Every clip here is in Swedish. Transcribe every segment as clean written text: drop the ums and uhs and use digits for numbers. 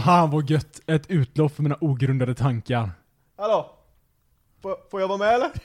Fan vad gött. Ett utlopp för mina ogrundade tankar. Hallå? Får jag vara med eller?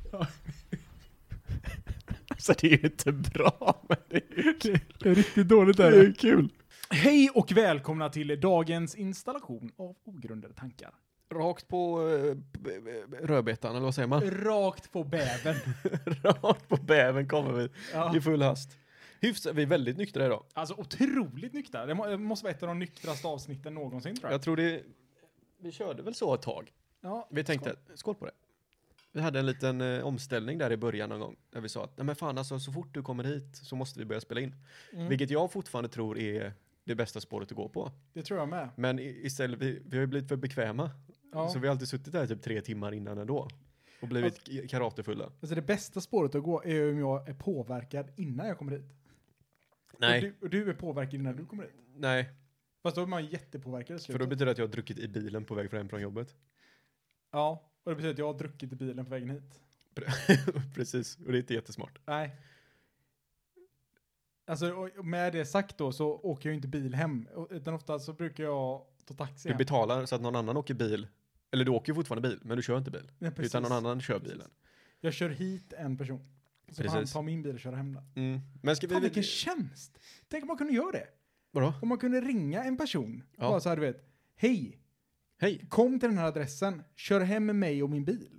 Alltså det är ju inte bra, men det är riktigt dåligt där. Det är kul. Hej och välkomna till dagens installation av ogrundade tankar. Rakt på rödbetan, eller vad säger man? Rakt på bäven. Rakt på bäven kommer vi Ja. i full hast. Vi är väldigt nyktra idag. Alltså otroligt nyktra. Det måste vara ett av de nyktraste avsnitten någonsin, tror jag. Jag tror vi körde väl så ett tag. Ja, Vi tänkte, skål på det. Vi hade en liten omställning där i början någon gång. Där vi sa att, nej men fan alltså, så fort du kommer hit så måste vi börja spela in. Vilket jag fortfarande tror är det bästa spåret att gå på. det tror jag med. Men istället, vi har ju blivit för bekväma. Ja. Så vi har alltid suttit där typ 3 timmar innan ändå. Och blivit karatefulla. Alltså det bästa spåret att gå är om jag är påverkad innan jag kommer hit. Nej. Och du är påverkad innan du kommer hit. Nej, Fast då är man jättepåverkad i för slutet. då betyder det att jag har druckit i bilen på väg hem från jobbet. Ja, och det betyder att jag har druckit i bilen på vägen hit. Precis, och det är inte jättesmart. Nej. Alltså och med det sagt då så åker jag inte bil hem. Utan ofta så brukar jag ta taxi Du hem. betalar så att någon annan åker bil. Eller du åker ju fortfarande bil, men du kör inte bil. Ja, precis. Utan någon annan kör bilen. Jag kör hit en person. Så Precis. han tar min bil och kör hem den. Men ska Fan vi... vilken tjänst! Tänk om man kunde göra det. Vadå? Om man kunde ringa en person. Ja. Bara så här, du vet. Hej, Hej. kom till den här adressen. Kör hem med mig och min bil.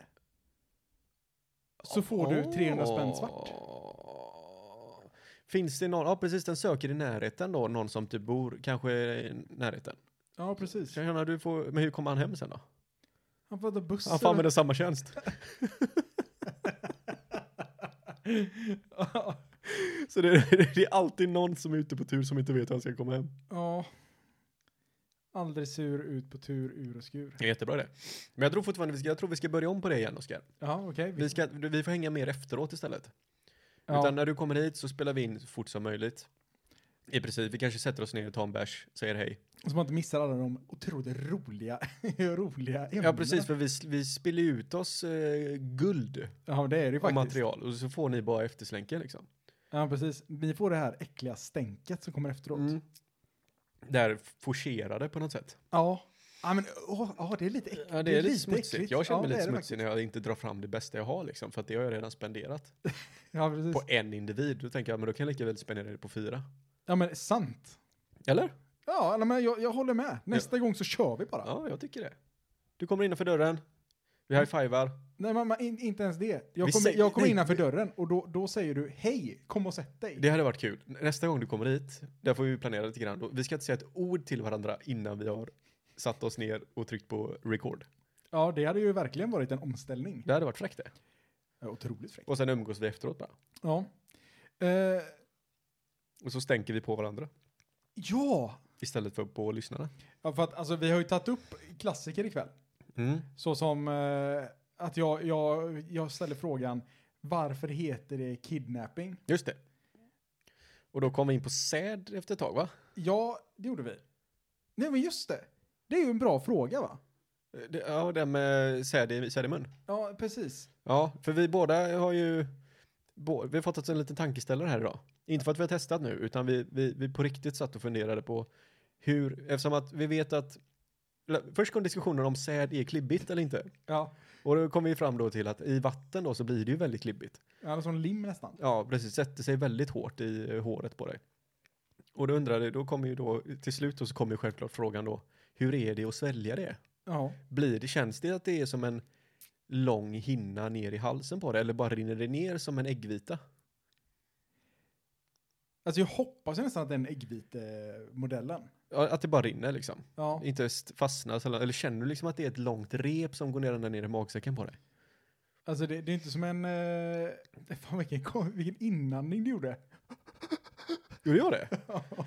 Så får du 300 spänn svart. Finns det någon, ja precis, den söker i närheten då, någon som typ bor kanske i närheten. Ja, precis. Så jag känner, du får, men hur kommer han hem sen då? Han får ta bussen. Han får använda samma tjänst. Så det är alltid någon som är ute på tur som inte vet hur han ska komma hem. Ja. Aldrig sur, ut på tur, ur och skur. Det är jättebra det. Men jag tror fortfarande vi ska börja om på det igen, Oskar. Ja, okej. Vi får hänga mer efteråt istället. Ja. Utan när du kommer hit så spelar vi in så fort som möjligt. I princip, vi kanske sätter oss ner och tar en bärs, säger hej. Så man inte missar alla de otroligt roliga ämnen. Ja, precis, för vi spiller ut oss guld Ja, det är det ju och faktiskt. material. Och så får ni bara efterslänken liksom. Ja, precis. Ni får det här äckliga stänket som kommer efteråt. Där forcerade på något sätt. Ja. Ja, men det är lite äckligt. Ja, det är lite smutsigt. äckligt. Jag känner mig det lite är det smutsig när jag inte drar fram det bästa jag har liksom. För att det har jag redan spenderat. Ja, precis. På en individ. Då tänker jag, men då kan jag lika väl spendera det på 4. Ja, men sant. Eller? Ja, men jag håller med. Nästa gång så kör vi bara. Ja, jag tycker det. Du kommer innanför dörren. Vi high-fivar. Nej, men inte ens det. Jag Vi kommer innanför dörren och då säger du hej, kom och sätt dig. Det hade varit kul. Nästa gång du kommer hit, där får vi planera lite grann. Vi ska inte säga ett ord till varandra innan vi har satt oss ner och tryckt på record. Ja, det hade ju verkligen varit en omställning. Det hade varit fräckt det. Ja, otroligt fräckt. Och sen umgås vi efteråt bara. Ja. Och så stänker vi på varandra. Ja! Istället för på lyssnarna. Ja, för att alltså, vi har ju tagit upp klassiker ikväll. Så som att jag ställer frågan, varför heter det kidnapping? Just det. Och då kom vi in på säd efter ett tag, va? Ja, det gjorde vi. Nej, men just det. Det är ju en bra fråga, va? Ja, det med säd i mun. Ja, precis. Ja, för vi båda har ju... Vi har fått en liten tankeställare här idag. Inte för att vi har testat nu, utan vi på riktigt satt och funderade på hur... Eftersom att vi vet att... Först kom diskussionen om säd är klibbigt eller inte. Ja. Och då kom vi fram då till att i vatten då så blir det ju väldigt klibbigt. Ja, det är som lim nästan. Ja, precis. Sätter sig väldigt hårt i håret på dig. Och då undrade, då kommer ju då till slut och så kommer ju självklart frågan då, hur är det att svälja det? Ja. Känns det att det är som en lång hinna ner i halsen på det eller bara rinner det ner som en äggvita? Alltså jag hoppas nästan att den äggvite-modellen. Ja, att det bara rinner liksom. Ja. Inte fastnar eller känner du liksom att det är ett långt rep som går ner ända ner i magsäcken på dig? Alltså det är inte som en... fan vilken inandning du gjorde. Gjorde jag det?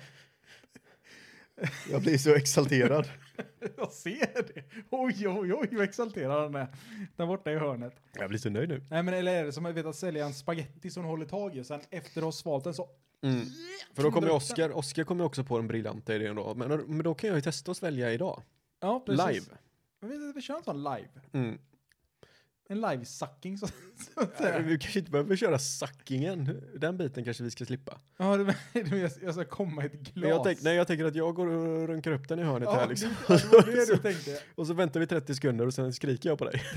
Jag blir så exalterad. Jag ser det. Oj, vad exalterad den är. Där borta i hörnet. Jag blir så nöjd nu. Nej, men eller är det som att sälja en spaghetti som håller tag i och sen efter att ha svalt den så... För då kommer Oskar kommer också på en briljanta idé då. Men då kan jag ju testa att svälja idag. Ja, precis. Live. Vi kör en sån live. En live-sucking så Vi kanske inte behöver köra suckingen. Den biten kanske vi ska slippa. Ja, jag ska komma i ett glas. Men jag tänker att jag går och runkar upp den i hörnet här liksom. Det var det du tänkte. Och så väntar vi 30 sekunder och sen skriker jag på dig.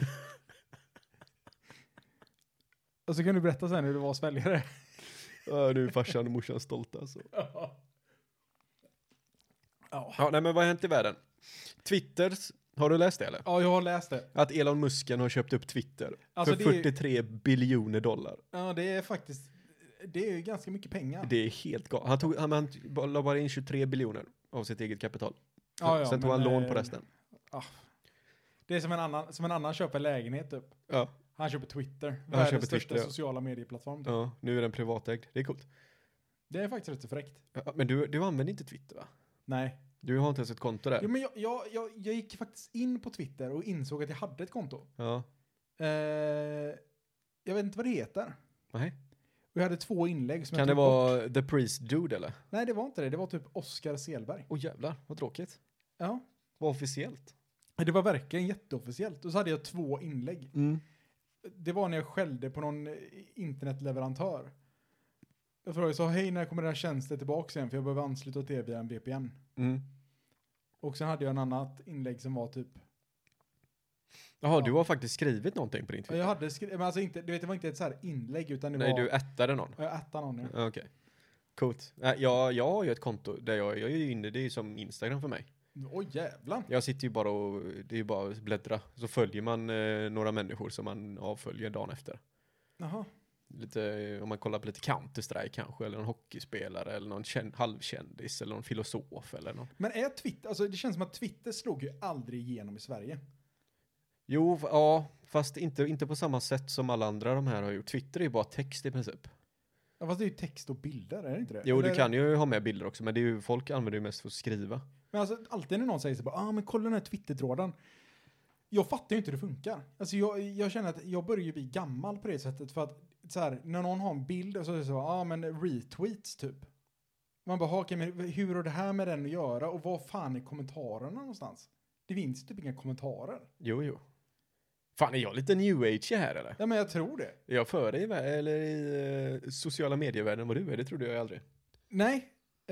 Och så kan du berätta sen hur det var att svälja det. Ja, nu är farsan och morsan stolta alltså. Ja. Ja, nej men vad har hänt i världen? Twitters, har du läst det eller? Ja, jag har läst det. Att Elon Musk har köpt upp Twitter Alltså, för 43 biljoner dollar. Ja, det är faktiskt, det är ju ganska mycket pengar. Det är helt galet. Han la bara in 23 biljoner av sitt eget kapital. Ja, Sen tog han lån på resten. Det är som en annan köper lägenhet typ. Ja. Han köper Twitter. Han Världens köper största Twitter, ja. sociala medieplattform. Typ. Ja, nu är den privatägd. Det är coolt. Det är faktiskt rätt så fräckt. Ja, men du använder inte Twitter va? Nej. Du har inte ens ett konto där. Jo, men jag gick faktiskt in på Twitter och insåg att jag hade ett konto. Ja. Jag vet inte vad det heter. Nej. Och jag hade 2 inlägg som Kan det vara The Priest Dude eller? Nej, det var inte det. Det var typ Oscar Selberg. Åh jävlar, vad tråkigt. Ja. Vad officiellt. Det var verkligen jätteofficiellt. Och så hade jag 2 inlägg. Mm. Det var när jag skällde på någon internetleverantör. Jag frågade så, hej, när kommer den här tjänsten tillbaka igen? För jag behöver ansluta till via en VPN. Mm. Och sen hade jag en annat inlägg som var typ... Jaha, du har faktiskt skrivit någonting på din Twitter? Jag hade skrivit, men alltså inte, du vet, det var inte ett så här inlägg utan det Nej, var... du ättade någon? Jag ättade någon, ja. Okej. Okay. Coolt. Jag har ju ett konto där jag är ju inne, det är ju som Instagram för mig. Oj, jävlar. Jag sitter ju bara och, det är ju bara att bläddra. Så följer man några människor som man avföljer dagen efter. Jaha. Lite, om man kollar på lite Counter-Strike kanske, eller någon hockeyspelare, eller någon halvkändis, eller någon filosof, eller någon. Men är Twitter, alltså det känns som att Twitter slog ju aldrig igenom i Sverige. Jo, ja, fast inte på samma sätt som alla andra de här har gjort. Twitter är ju bara text i princip. Ja, fast det är ju text och bilder, är det inte det? Jo, eller du kan ju ha med bilder också, men det är ju, folk använder ju mest för att skriva. Men alltså, alltid när någon säger så bara, men kolla den här Twitter-tråden. Jag fattar ju inte hur det funkar. Alltså jag känner att jag börjar ju bli gammal på det sättet. För att så här, när någon har en bild och så är det så, men retweets typ. Man bara, okej, men hur har det här med den att göra? Och vad fan är kommentarerna någonstans? Det finns typ inga kommentarer. Jo. Fan, är jag lite new age här eller? Ja, men jag tror det. Är jag före i sociala medievärlden vad du är? Det trodde jag aldrig. Nej.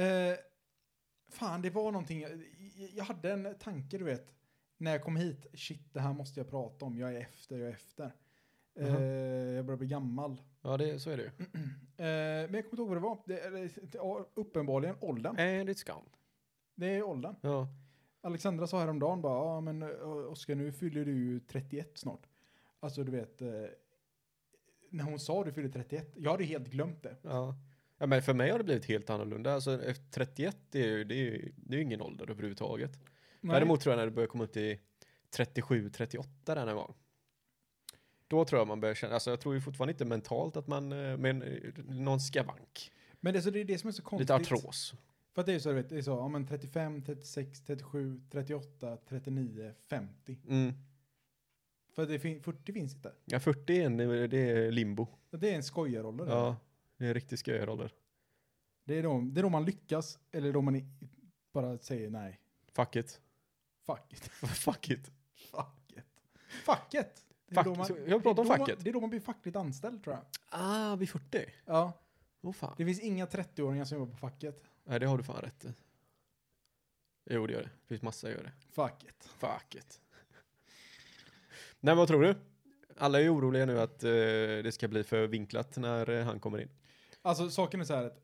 Fan, det var någonting. Jag hade en tanke, du vet. När jag kom hit. Shit, det här måste jag prata om. Jag är efter. Jag börjar bli gammal. Ja, så är det ju. Men jag kommer inte ihåg vad det var. Det är uppenbarligen åldern. And it's gone. Det är åldern. Ja. Alexandra sa häromdagen bara, men Oskar, nu fyller du ju 31 snart. Alltså du vet, när hon sa du fyller 31, jag hade helt glömt det. Ja, men för mig har det blivit helt annorlunda. Alltså efter 31, det är ju ingen ålder överhuvudtaget. Nej. Däremot tror jag när det börjar komma upp till 37-38 den här gången. Då tror jag man börjar känna, alltså jag tror ju fortfarande inte mentalt att man, men någon skavank. Men det är det som är så konstigt. Lite artros. För att det är så, du vet, det är så, men 35, 36, 37, 38, 39, 50. Mm. För det 40 finns inte. Ja, 41, det är limbo. Det är en skojaroller. Ja, det är en riktig skojaroller. Det är då man lyckas, eller då man bara säger nej. Fuck it. Fuck it. Fuck it. Fuck it. Fuck it. Jag pratar om facket. Det är då man blir fackligt anställd, tror jag. Vid 40? Ja. Fan. Det finns inga 30-åringar som jobbar på facket. Nej, det har du fan rätt i. Jo, det gör det. Det finns massa som gör det. Fuck it. Nej, vad tror du? Alla är ju oroliga nu att det ska bli för vinklat när han kommer in. Alltså, saken är så här att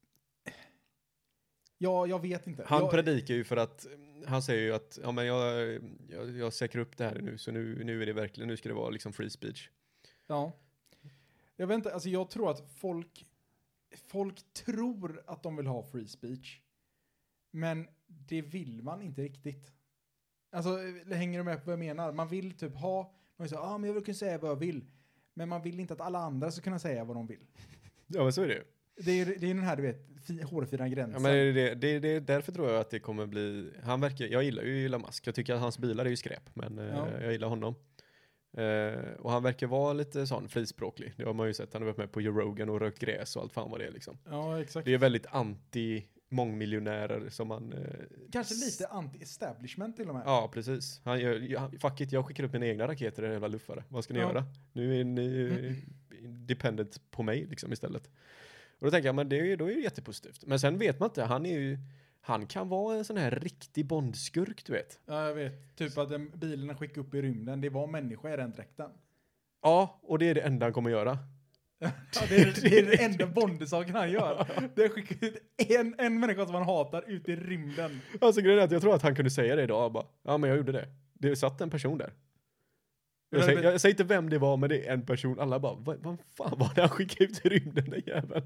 jag vet inte. Han predikar ju för att han säger ju att ja, men jag säkrar upp det här nu, så nu är det verkligen, nu ska det vara liksom free speech. Ja. Jag vet inte, alltså jag tror att folk tror att de vill ha free speech. Men det vill man inte riktigt. Alltså, hänger du med på vad jag menar? Man vill typ ha, man säger, men jag vill kunna säga vad jag vill. Men man vill inte att alla andra ska kunna säga vad de vill. Ja, men så är det ju. Det är den här, du vet, hårfina gränsen. Ja, men det är därför tror jag att det kommer bli, jag gillar ju Elon Musk. Jag tycker att hans bilar är ju skräp, men jag gillar honom. Och han verkar vara lite sån frispråklig. Det har man ju sett. Han har varit med på Joe Rogan och rökt gräs och allt fan vad det är liksom. Ja, exakt. Det är väldigt anti mångmiljonärer som man... Kanske lite anti-establishment till och med. Ja, precis. Fuck it, jag skickar upp mina egna raketer i en jävla luffare. Vad ska ni göra? Nu är ni dependent på mig liksom istället. Och då tänker jag, men då är det jättepositivt. Men sen vet man inte, han kan vara en sån här riktig bondskurk, du vet. Ja, jag vet. Typ att bilen skickade upp i rymden, det var människa i den dräkten. Ja, och det är det enda han kommer göra. Ja, det är det enda bondesaken han gör. Det är skickat ut en människa som han hatar ut i rymden. Alltså grejen är att jag tror att han kunde säga det idag. Bara, ja, men jag gjorde det. Det satt en person där. Jag säger inte vem det var, men det är en person. Alla bara, vad fan var det han skickade ut i rymden, den jäveln?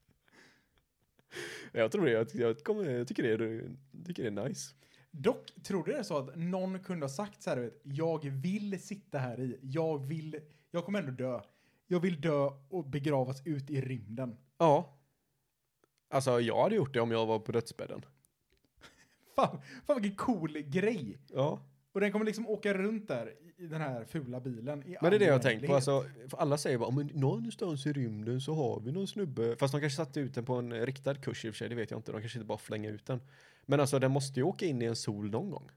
Jag tror det. Jag tycker det är nice. Dock, tror du det är så att någon kunde ha sagt så här, vet, jag vill sitta här i. Jag kommer ändå dö. Jag vill dö och begravas ut i rymden. Ja. Alltså, jag hade gjort det om jag var på dödsbädden. Fan vilken cool grej. Ja. Och den kommer liksom åka runt där i den här fula bilen. Men det är det jag har tänkt på. Alltså, för alla säger bara, men någonstans i rymden så har vi någon snubbe. Fast de kanske satte ut den på en riktad kurs i och för sig, det vet jag inte. De kanske inte bara flänga ut den. Men alltså, den måste ju åka in i en sol någon gång.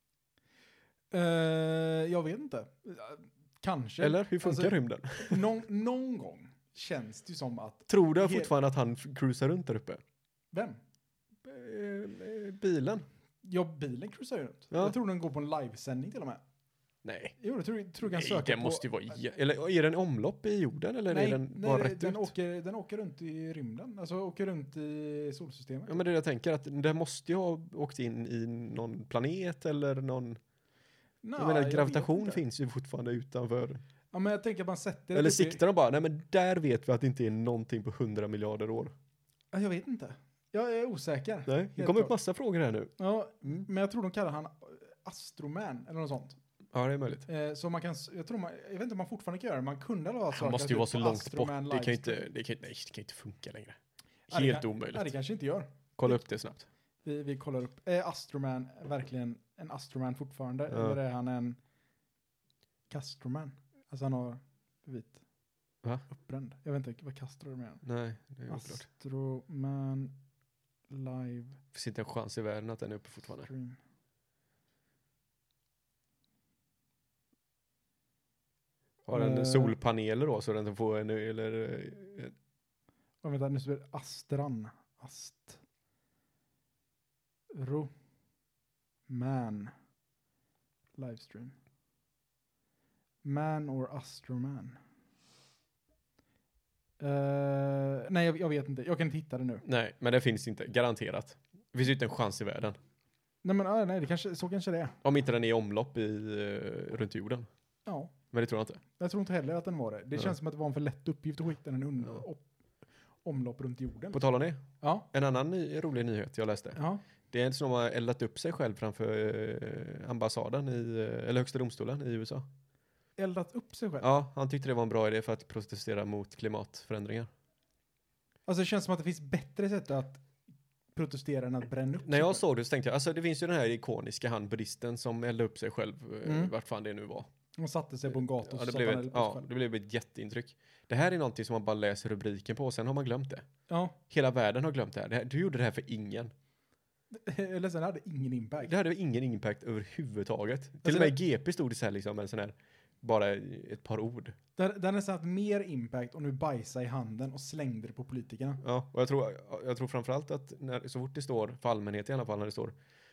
Jag vet inte. Kanske. Eller hur funkar rymden? Någon gång känns det ju som att... Tror du fortfarande att han cruisar runt där uppe? Vem? Bilen. Ja, bilen cruisar ju runt. Ja. Jag tror den går på en livesändning till och med. Nej. Jo, jag tror du kan söka den måste ju vara... Eller är den omlopp i jorden? Eller är den bara rätt ut? Den åker runt i rymden. Alltså åker runt i solsystemet. Ja, men det jag tänker att den måste ju ha åkt in i någon planet eller någon... Jag menar, gravitation finns ju fortfarande utanför. Ja, men jag tänker att man sätter... Eller siktar de bara, nej men där vet vi att det inte är någonting på 100 miljarder år. Ja, jag vet inte. Jag är osäker. Nej, det kommer upp massa frågor här nu. Ja, men jag tror de kallar han Astroman eller något sånt. Ja, det är möjligt. Så man kan, jag vet inte om man fortfarande kan göra det. Man kunde ha han måste ju vara så långt bort. Det kan inte funka längre. Helt omöjligt. Nej, det kanske inte gör. Kolla upp det snabbt. Vi kollar upp. Är Astroman verkligen en Astroman fortfarande? Ja. Eller är han en Castroman? Alltså han har vit uppbränd. Jag vet inte vad Castro är med. Nej, det är oklart. Astroman live. Det finns inte en chans i världen att den är uppe fortfarande. Stream. Har den solpaneler då så den får en eller... Vänta, nu står det Astran. Man. Livestream. Man or Astroman. Nej, jag vet inte. Jag kan inte hitta det nu. Nej, men det finns inte. Garanterat. Det finns ju inte en chans i världen. Nej, men nej, så kanske det är. Om inte den är i omlopp runt jorden. Ja. Men det tror jag inte. Jag tror inte heller att den var det. Det känns som att det var en för lätt uppgift att skicka den omlopp runt jorden. På tal om det. Ja. En annan rolig nyhet jag läste. Ja. Det är en som har eldat upp sig själv framför ambassaden eller högsta domstolen i USA. Eldat upp sig själv? Ja, han tyckte det var en bra idé för att protestera mot klimatförändringar. Alltså det känns som att det finns bättre sätt att protestera än att bränna upp. När jag såg det så tänkte jag, alltså det finns ju den här ikoniska buddhisten som eldade upp sig själv, vart fan det nu var. Han satte sig på en gata och det blev ett jätteintryck. Det här är någonting som man bara läser rubriken på och sen har man glömt det. Ja. Hela världen har glömt det här. Du gjorde det här för ingen. Eller sen hade ingen impact. Det hade ingen impact överhuvudtaget. Alltså, till och med GP stod det så här liksom en sån här, bara ett par ord. Det har nästan haft mer impact om du bajsade i handen och slängde det på politikerna. Ja, och jag tror framförallt att så fort det står, för allmänhet i alla fall, när det står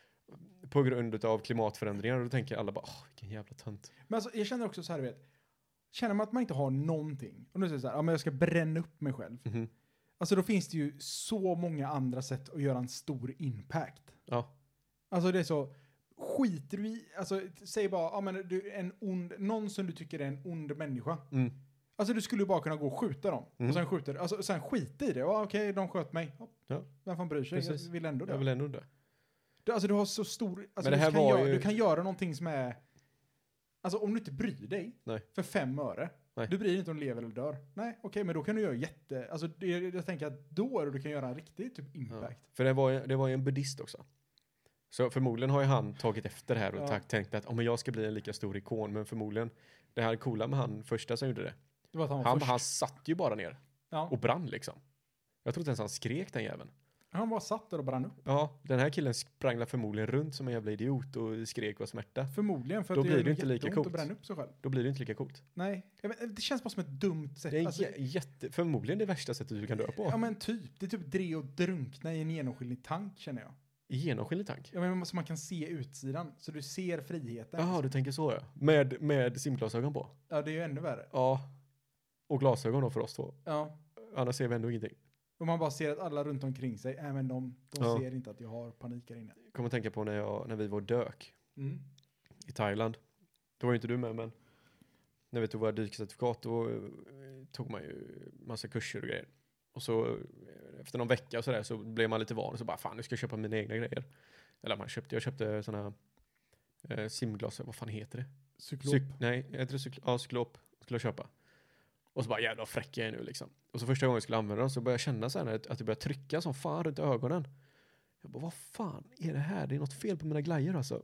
på grund av klimatförändringar, då tänker alla bara, vilken jävla tönt. Men alltså, jag känner också så här, vet, känner man att man inte har någonting, och nu säger så här, men jag ska bränna upp mig själv. Mm-hmm. Alltså då finns det ju så många andra sätt att göra en stor impact. Ja. Alltså det är så, skiter du i, alltså säg bara, men du är någon som du tycker är en ond människa. Mm. Alltså du skulle ju bara kunna gå och skjuta dem. Och sen skjuter, alltså sen skita i det. Okej, de sköt mig. Ja. Vem fan bryr sig? Precis. Jag vill ändå Jag vill ändå dö. Alltså du har så stor, alltså men det här du kan göra någonting som är, alltså om du inte bryr dig för 5 öre. Nej. Du bryr dig inte om du lever eller dör. Nej, okej, men då kan du göra alltså jag tänker att då är det du kan göra en riktig typ impact. Ja, för det var ju en buddhist också. Så förmodligen har ju han tagit efter det här och tänkt att men jag ska bli en lika stor ikon, men förmodligen det här coola med han första som gjorde det. Det var att han satt ju bara ner och brann liksom. Jag tror inte ens han skrek den jäveln. Han bara satt där och brann upp. Ja, den här killen sprang förmodligen runt som en jävla idiot och skrek av smärta. Förmodligen, för Då att blir det det inte lika jätteont coolt. att bränna upp sig själv. Då blir det inte lika coolt. Nej, det känns bara som ett dumt sätt. Det är Alltså, förmodligen det värsta sättet du kan dö på. ja men typ, det är typ det att drunkna i en genomskinlig tank känner jag. I genomskinlig tank. Ja men så man kan se utsidan, så du ser friheten. Jaha, du tänker så ja. Med simglasögon på. Ja, det är ju ännu värre. Ja. Och glasögon då för oss två. Ja. Annars ser vi ändå ingenting. Och man bara ser att alla runt omkring sig, men de Ja. ser inte att jag har panik här inne. Jag kommer att tänka på när vi var dök Mm. i Thailand. Då var ju inte du med, men när vi tog våra dykcertifikat då tog man ju massa kurser och grejer. Och så efter någon vecka och sådär så blev man lite van och så bara fan, nu ska jag köpa mina egna grejer. Eller jag köpte såna simglas, vad fan heter det? Cyklop. Nej, heter det cyklop skulle jag köpa. Och så bara jävla fräck jag är nu liksom. Och så första gången jag skulle använda dem så började jag känna så här att det började trycka som fan runt ögonen. Jag bara, vad fan är det här? Det är något fel på mina glajjor alltså.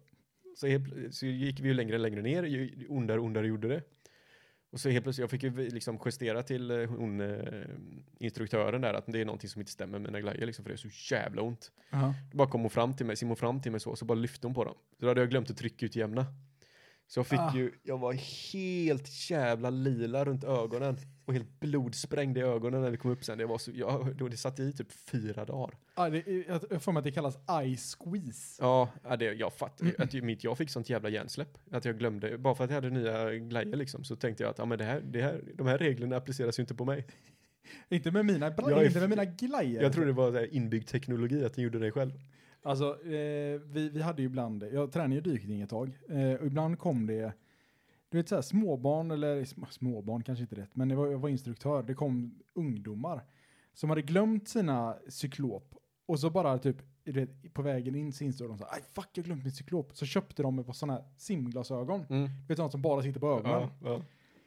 Så gick vi ju längre och längre ner, ju ondare gjorde det. Och så helt plötsligt, jag fick ju liksom justera till instruktören där att det är någonting som inte stämmer med mina glajjor liksom, för det är så jävla ont. Uh-huh. Då bara kom hon fram till mig, Simon fram till mig så bara lyfte hon på dem. Så då hade jag glömt att tryckutjämna. Så jag var helt jävla lila runt ögonen och helt blodsprängd i ögonen när det kom upp sen. Det var så, det satt i typ 4 dagar. Ja, jag får mig att det kallas eye squeeze. Ja, jag fattar att jag fick sånt jävla hjärnsläpp. Att jag glömde, bara för att jag hade nya glajjor liksom, så tänkte jag att men de här reglerna appliceras ju inte på mig. Inte med mina glajjor. Jag tror det var inbyggd teknologi att den gjorde det själv. Alltså, vi hade ju ibland, jag tränade ju dykning ett tag, och ibland kom det, du vet såhär småbarn, eller småbarn kanske inte rätt, men jag var instruktör, det kom ungdomar som hade glömt sina cyklop, och så bara typ på vägen in så insåg de så här, aj fuck jag glömt min cyklop, så köpte de på sådana här simglasögon, vet du, som bara sitter på ögonen. Ja.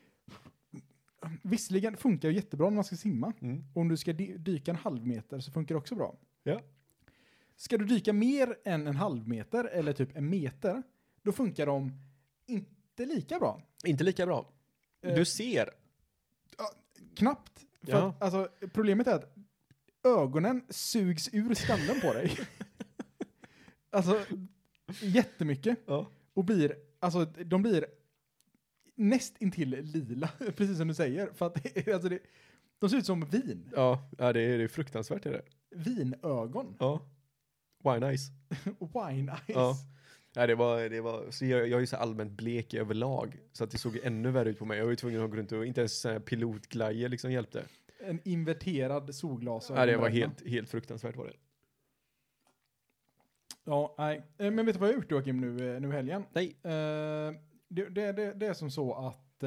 Visserligen funkar ju jättebra när man ska simma, Mm. och om du ska dyka en halv meter så funkar det också bra. Ja. Ska du dyka mer än en halv meter eller typ en meter, då funkar de inte lika bra. Inte lika bra. Du ser. Knappt. För att, alltså, problemet är att ögonen sugs ur skallen på dig. Alltså, jättemycket. Ja. Och de blir näst intill lila, precis som du säger. För att de ser ut som vin. Ja, det är fruktansvärt är det. Vinögon. Ja. Wine eyes. Wine eyes. Ja. Nej, det var så jag är ju så allmänt blek överlag så att det såg ännu värre ut på mig. Jag var ju tvungen att gå runt och inte ens pilotglajjor liksom hjälpte. En inverterad solglasögon. Nej, det var helt fruktansvärt var det. Ja, nej. Men vet du vad jag har gjort, Joakim, nu helgen? Nej. Det är som så att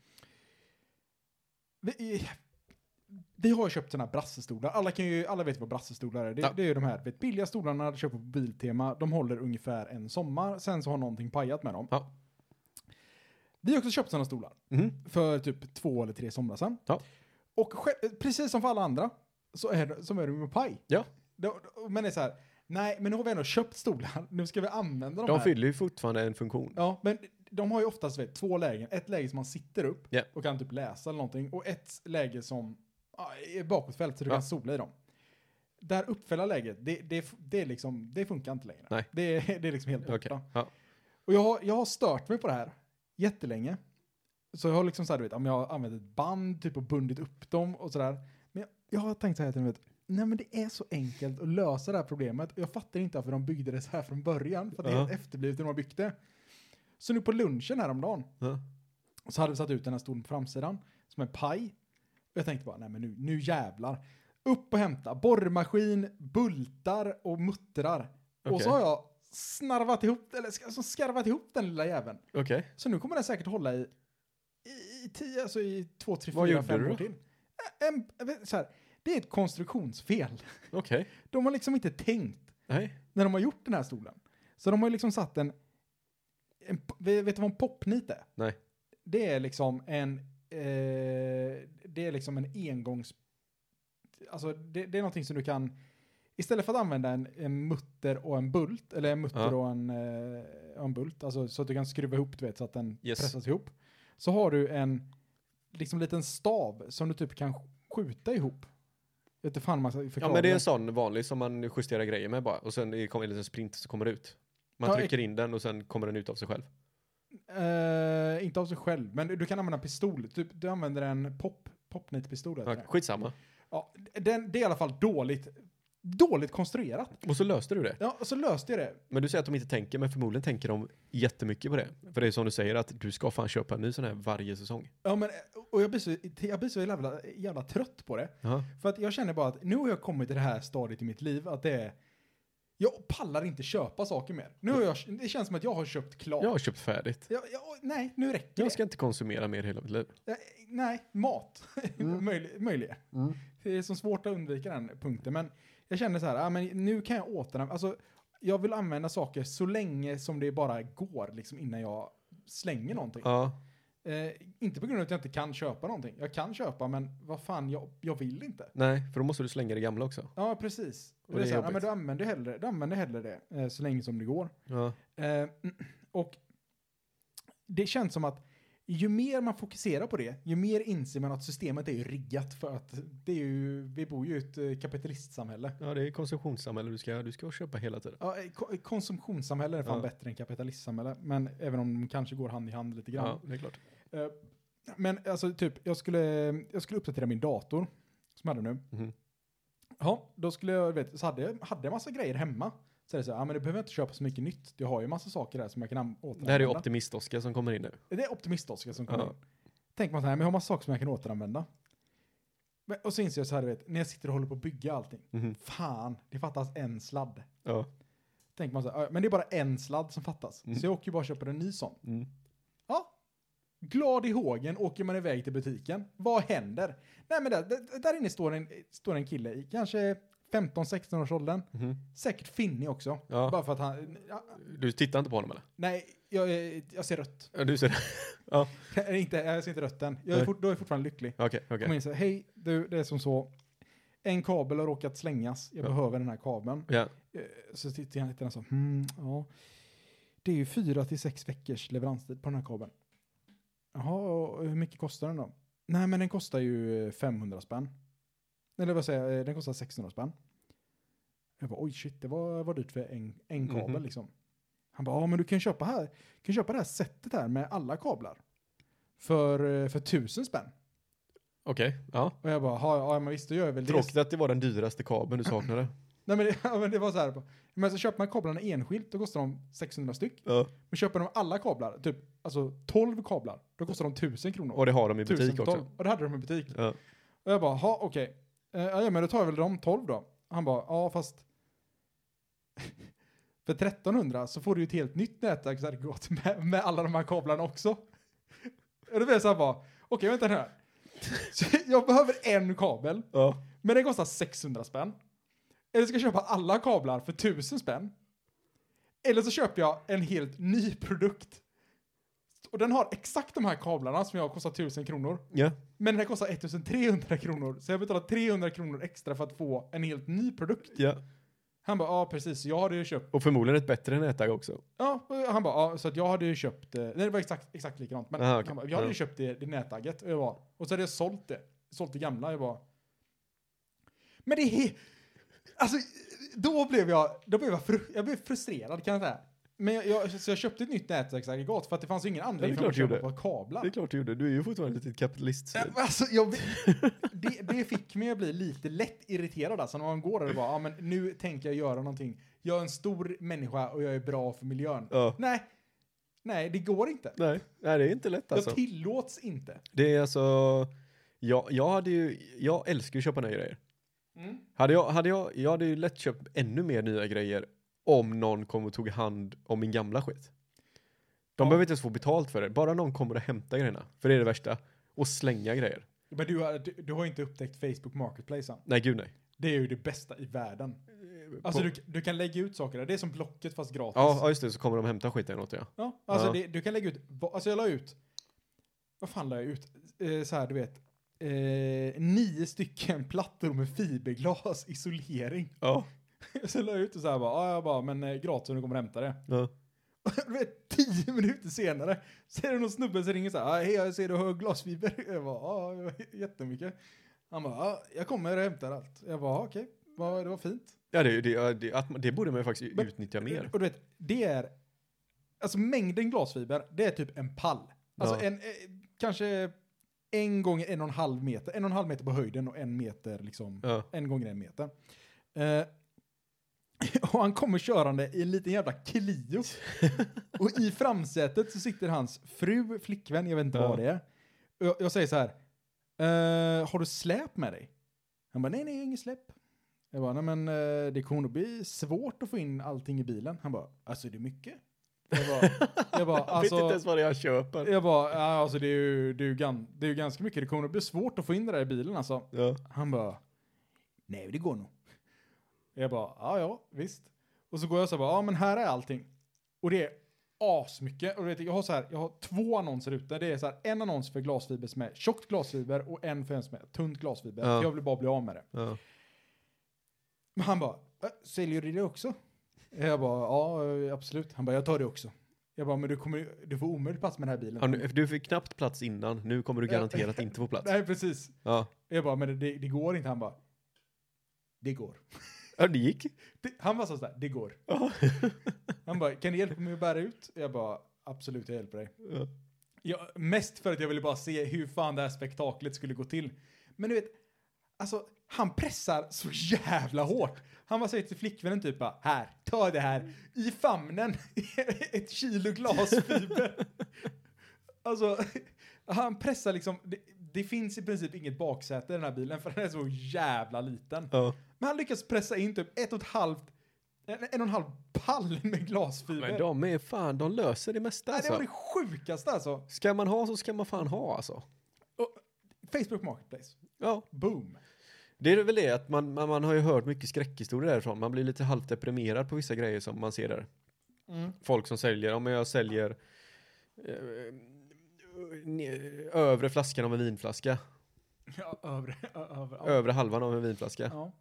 vi har köpt såna här brassestolar. Alla vet vad brassestolar är. Det är ju de här billiga stolarna du köper på Biltema. De håller ungefär en sommar. Sen så har någonting pajat med dem. Ja. Vi har också köpt såna stolar. För typ 2 eller 3 somrar sedan. Ja. Och precis som för alla andra så är de med paj. Ja. Men det är så här, nej, men nu har vi ändå köpt stolar. Nu ska vi använda dem De här. fyller ju fortfarande en funktion. Ja, men de har ju oftast 2 lägen. Ett läge som man sitter upp och kan typ läsa eller någonting. Och ett läge som är bakåtfällt så du kan sola i dem. Där uppfälla läget, det är liksom, det funkar inte längre. Nej. Det är liksom helt borta. Okay. Ja. Och jag har stört mig på det här jättelänge. Så jag har liksom så här, du vet, om jag har använt ett band typ och bundit upp dem och sådär. Men jag har tänkt så här, nej men det är så enkelt att lösa det här problemet. Och jag fattar inte varför de byggde det så här från början. För att det är helt efterblivet hur de har byggt det. Så nu på lunchen häromdagen så hade vi satt ut den här stolen på framsidan som en paj. Och jag tänkte bara, nej men nu jävlar. Upp och hämta borrmaskin, bultar och muttrar. Okay. Och så har jag skarvat ihop den lilla jäveln. Okay. Så nu kommer den säkert hålla i 10, alltså i 2, 3, 4, 5 år till. Så här, det är ett konstruktionsfel. Okay. De har liksom inte tänkt när de har gjort den här stolen. Så de har liksom satt vet du vad en popnit är? Nej. Det är liksom en engångs... Alltså det är någonting som du kan... Istället för att använda en mutter och en bult, eller en mutter och en bult, alltså så att du kan skruva ihop, du vet, så att den pressas ihop. Så har du en liksom liten stav som du typ kan skjuta ihop. Jag vet inte fan massa för Ja, men det är en sån vanlig som man justerar grejer med bara. Och sen kommer en liten sprint så kommer det ut. Man trycker in den och sen kommer den ut av sig själv. Inte av sig själv, men du kan använda pistol. Typ, du använder en popnit-pistol. Ja, skitsamma. Ja, det är i alla fall dåligt konstruerat. Och så löste du det. Ja, och så löste jag det. Men du säger att de inte tänker, men förmodligen tänker de jättemycket på det. För det är som du säger att du ska fan köpa en ny sån här varje säsong. Ja, men och jag blir så jävla trött på det. Aha. För att jag känner bara att nu har jag kommit till det här stadiet i mitt liv att det är jag pallar inte köpa saker mer. Det känns som att jag har köpt klart. Jag har köpt färdigt. Nej, nu räcker det. Jag ska inte konsumera mer hela mitt liv. Nej, mat. Möjligen. Mm. Det är så svårt att undvika den punkten. Men jag känner så här, men nu kan jag återanvända. Alltså, jag vill använda saker så länge som det bara går liksom, innan jag slänger någonting. Ja. Inte på grund av att jag inte kan köpa någonting. Jag kan köpa, men vad fan, jag vill inte. Nej, för då måste du slänga det gamla också. Ja, precis. Och det är så här, jobbigt. men du använder hellre det så länge som det går. Ja. Och det känns som att ju mer man fokuserar på det, ju mer inser man att systemet är ju riggat för att vi bor ju i ett kapitalistsamhälle. Ja, det är konsumtionssamhälle. Du ska köpa hela tiden. Ja, konsumtionssamhälle är fan Ja. bättre än kapitalistsamhälle, men även om de kanske går hand i hand lite grann. Ja, det är klart. Men alltså typ, jag skulle uppdatera min dator som jag hade nu. Mhm. Ja, då skulle jag, så hade jag massa grejer hemma. Så är det så här, men du behöver inte köpa så mycket nytt. Du har ju massa saker där som jag kan återanvända. Det här är Optimist-Oskar som kommer in nu. Det är Optimist-Oskar som kommer Ja. in. Tänker man så här, men jag har massa saker som jag kan återanvända. Och så inser jag så här, när jag sitter och håller på att bygga allting. Mhm. Fan, det fattas en sladd. Ja. Tänker man så här, men det är bara en sladd som fattas. Mm. Så jag åker ju bara och köper en ny sån. Mm. Ja. Glad i hågen åker man iväg till butiken. Vad händer? Nej, men där inne står en kille i kanske 15-16 års åldern. Mhm. Säkert finnig också. Ja. Bara för att han... Ja, Du tittar inte på honom eller? nej, jag ser rött. Ja, du ser det. Ja. Jag ser inte rött än. Nej. Då är jag fortfarande lycklig. Okej. Kommer in så här, hej, du, det är som så. En kabel har råkat slängas. Jag behöver den här kabeln. Ja. Så tittar jag lite och så, ja. Det är ju 4 till 6 veckors leveranstid på den här kabeln. Jaha, och hur mycket kostar den då? Nej, men den kostar ju 500 spänn. Eller vad säger jag? Den kostar 600 spänn. Jag bara, oj shit, det var dyrt för en kabel liksom. Han bara, ja men du kan köpa det här sättet här med alla kablar. För 1000 spänn. Okej, ja. Och jag bara, ja men visst, då gör jag väl det. Tråkigt att det var den dyraste kabeln du saknade. Nej men det var så här. Men så köper man kablarna enskilt, då kostar de 600 styck. Ja. Men köper de alla kablar, typ alltså 12 kablar, då kostar de 1000 kronor. Och det har de i butik 1000 för 12. också. Och det hade de i butik. Ja. Och jag bara, ja okej. Ja men då tar jag väl de 12 då. Han bara, ja fast för 1300 så får du ju ett helt nytt nätverksaggregat med alla de här kablarna också. Och då blev jag så här bara, okej vänta nu här. Så jag behöver en kabel, Ja. men den kostar 600 spänn. Eller ska jag köpa alla kablar för 1000 spänn. Eller så köper jag en helt ny produkt. Och den har exakt de här kablarna som jag kostar 1000 kronor. Ja. Men den här kostar 1300 kronor. Så jag betalar 300 kronor extra för att få en helt ny produkt. Ja. Han bara, ja precis, jag hade ju köpt. Och förmodligen ett bättre nätverk också. Ja, och han bara, ja, så att jag hade ju köpt. Nej, det var exakt likadant. Men Aha, okej. han bara, jag hade ju köpt det nätagget. Och så hade jag sålt det gamla. Jag bara, men det är, alltså, då blev jag frustrerad kan jag säga. Men så jag köpte ett nytt nätverksaggregat för att det fanns ju ingen anledning för att köpa på kablar. Det är klart du gjorde. Du är ju fortfarande lite kapitalist. Alltså, det fick mig att bli lite lätt irriterad. Alltså, när man går där och bara, ja men nu tänker jag göra någonting. Jag är en stor människa och jag är bra för miljön. Ja. Nej, det går inte. Nej, det är inte lätt alltså. Jag tillåts inte. Det är alltså... Jag älskar ju att köpa nya grejer. Mm. Jag hade ju lätt köpt ännu mer nya grejer om någon kom och tog hand om min gamla skit. De behöver inte ens få betalt för det. Bara någon kommer och hämtar grejerna. För det är det värsta. Och slänga grejer. Men du har inte upptäckt Facebook Marketplace än. Nej, gud nej. Det är ju det bästa i världen. Alltså du kan lägga ut saker där. Det är som Blocket fast gratis. Ja, just det. Så kommer de hämta skiten åt det. Ja, alltså Ja. du kan lägga ut. Alltså jag la ut. Vad fan la jag ut? Så här, du vet. 9 stycken plattor med fiberglas isolering. Ja. Så la jag ut och så här men gratis om du kommer och hämta det. Ja. Du vet, 10 minuter senare så är det någon snubbe som ringer så här, hej jag ser du har glasfiber. Jag bara, ja, jättemycket. Han bara, ja, jag kommer och hämtar allt. Jag bara, okej, det var fint. Ja, det borde man ju faktiskt utnyttja mer. Och du vet, det är, alltså mängden glasfiber, det är typ en pall. Alltså kanske 1 gånger 1,5 meter. 1,5 meter på höjden och 1 meter liksom. 1 gånger 1 meter. Och han kommer körande i en liten jävla Clio. Och i framsätet så sitter hans flickvän, jag vet inte vad det är. Och jag säger så här, har du släp med dig? Han bara, nej, inget släp. Jag bara, nej men det kommer nog bli svårt att få in allting i bilen. Han bara, alltså det är mycket. Jag bara, alltså, vet inte ens vad jag köper. Jag bara, alltså det är ju ganska mycket. Det kommer att bli svårt att få in det där i bilen alltså. Ja. Han bara, nej det går nog. Jag bara, ja, visst. Och så går jag så bara, ja men här är allting. Och det är asmycket. Och jag har 2 annonser ute. Det är så här, en annons för glasfiber som är tjockt glasfiber och en för en som är tunt glasfiber. Ja. Jag vill bara bli av med det. Ja. Men han bara, säljer du det också? Jag bara, ja absolut. Han bara, jag tar det också. Jag bara, men du får omöjligt plats med den här bilen. Ja, du fick knappt plats innan. Nu kommer du garanterat inte få plats. Nej, precis. Ja. Jag bara, men det går inte. Han bara, det går. Ja, det gick. Han var så där, det går. Han bara, kan du hjälpa mig att bära ut? Jag bara, absolut, jag hjälper dig. Mest för att jag ville bara se hur fan det här spektaklet skulle gå till. Men du vet, alltså, han pressar så jävla hårt. Han bara säger till flickvännen typ bara, här, ta det här. I famnen, 1 kilo glasfiber. Alltså, han pressar liksom, det finns i princip inget baksäte i den här bilen för den är så jävla liten. Men han lyckas pressa in typ 1,5 pall med glasfiber. Men de löser det mesta. Nej, det var det sjukaste alltså. Ska man ha så ska man fan ha alltså. Och Facebook Marketplace. Ja. Boom. Det är väl det att man har ju hört mycket skräckhistorier därifrån. Man blir lite halvt deprimerad på vissa grejer som man ser där. Folk som säljer, om jag säljer övre flaskan av en vinflaska. Ja, övre halvan av en vinflaska. Ja.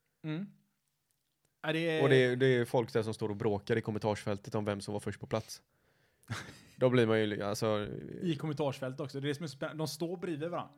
Och det är folk där som står och bråkar i kommentarsfältet om vem som var först på plats. Då blir man ju alltså i kommentarsfältet också. Det är det som är spännande. De står bredvid varandra.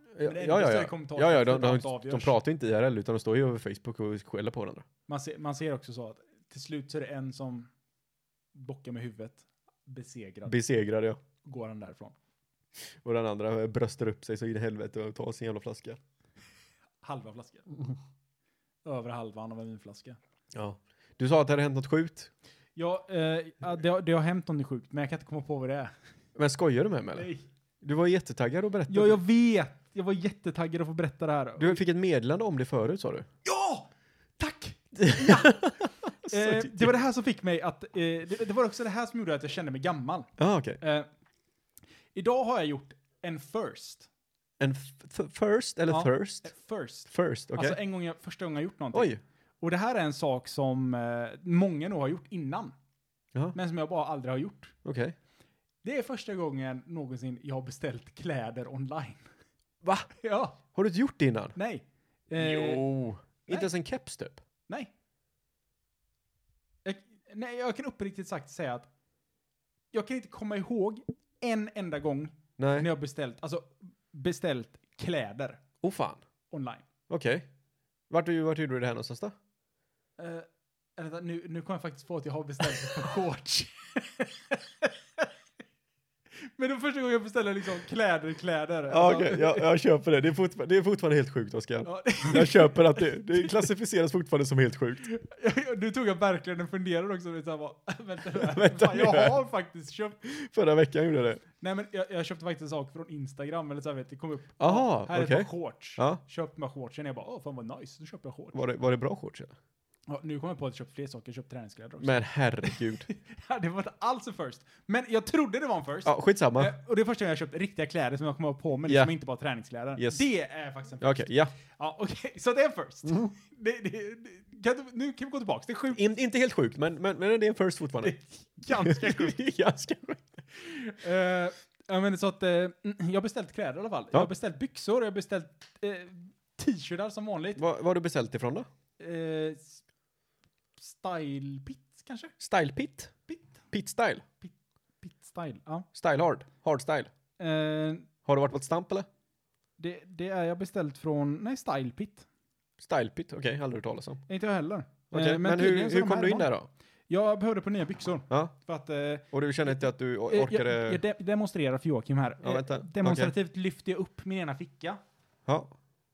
De pratar inte IRL utan de står ju över Facebook och skäller på varandra. Man ser också så att till slut så är det en som bockar med huvudet. Besegrad, ja. Går han därifrån. Och den andra bröstar upp sig så i det helvete och tar sin jävla flaska. Halva flaska. Över halvan av en vinflaska. Ja. Du sa att det hade hänt något sjukt. Ja, det har hänt något sjukt, men jag kan inte komma på vad det är. Men skojar du med mig eller? Nej. Du var jättetaggad att berätta. Ja, jag vet. Jag var jättetaggad att få berätta det här. Du fick ett meddelande om det förut, sa du? Ja! Tack! Ja! Det var det här som fick mig att... det var också det här som gjorde att jag kände mig gammal. Okej. Idag har jag gjort en first. En first eller thirst? First, okej. Alltså första gången jag gjort någonting. Oj. Och det här är en sak som många nog har gjort innan. Jaha. Men som jag bara aldrig har gjort. Okej. Det är första gången någonsin jag har beställt kläder online. Va? Ja. Har du inte gjort det innan? Nej. Jo. Inte ens en keps typ? Nej. Jag kan uppriktigt sagt säga att jag kan inte komma ihåg en enda gång när jag beställt kläder. Fan. Online. Okej. Vart gjorde du det här någonstans då? Nu kommer jag faktiskt på att jag har beställt ett par shorts. Men det var första gången jag beställde liksom kläder. Ja, okej. Jag köper det. Det är fortfarande helt sjukt, Oskar. Ja. Jag köper att det klassificeras fortfarande som helt sjukt. Nu tog jag verkligen en funderare också. Vänta, jag har faktiskt köpt... Förra veckan gjorde jag det. Nej, men jag köpte faktiskt en sak från Instagram. Eller så vet det kom upp. Aha, här är ett par shorts. Ja. Köpte mig shortsen. Jag bara, fan vad nice. Då köpte jag shorts. Var det bra shorts? Eller? Ja, nu kommer jag på att jag köpt fler saker. Jag köpt träningskläder också. Men herregud. Ja, det var inte alls en first. Men jag trodde det var en first. Ja, skitsamma. Och det är första gången jag köpt riktiga kläder som jag kommer på mig. Som inte bara träningskläder. Yes. Det är faktiskt en first. Okej, ja. Ja, okej. Så det är en first. Nu kan vi gå tillbaka. Det är sjukt. Inte helt sjukt, men det är en first fortfarande. Det är ganska sjukt. Ganska sjukt. Jag menar så att jag har beställt kläder i alla fall. Ja. Jag har beställt byxor. Jag har beställt t-shirtar som vanligt. Vad har du beställt ifrån då? Style Pit kanske? Style Pit? Pit Style? Pit Style, ja. Style Hard? Hard Style? Har du varit på ett stamp eller? Det är jag beställt från, Style Pit. Style Pit, okej, aldrig hört talas om. Inte jag heller. Okej, men tydligen så hur de kom här du in var- där då? Jag behövde på nya byxor. Ja, För att, och du känner inte att du orkade... jag demonstrerar för Joakim här. Ja, vänta. Demonstrativt lyfter jag upp min ena ficka Ja.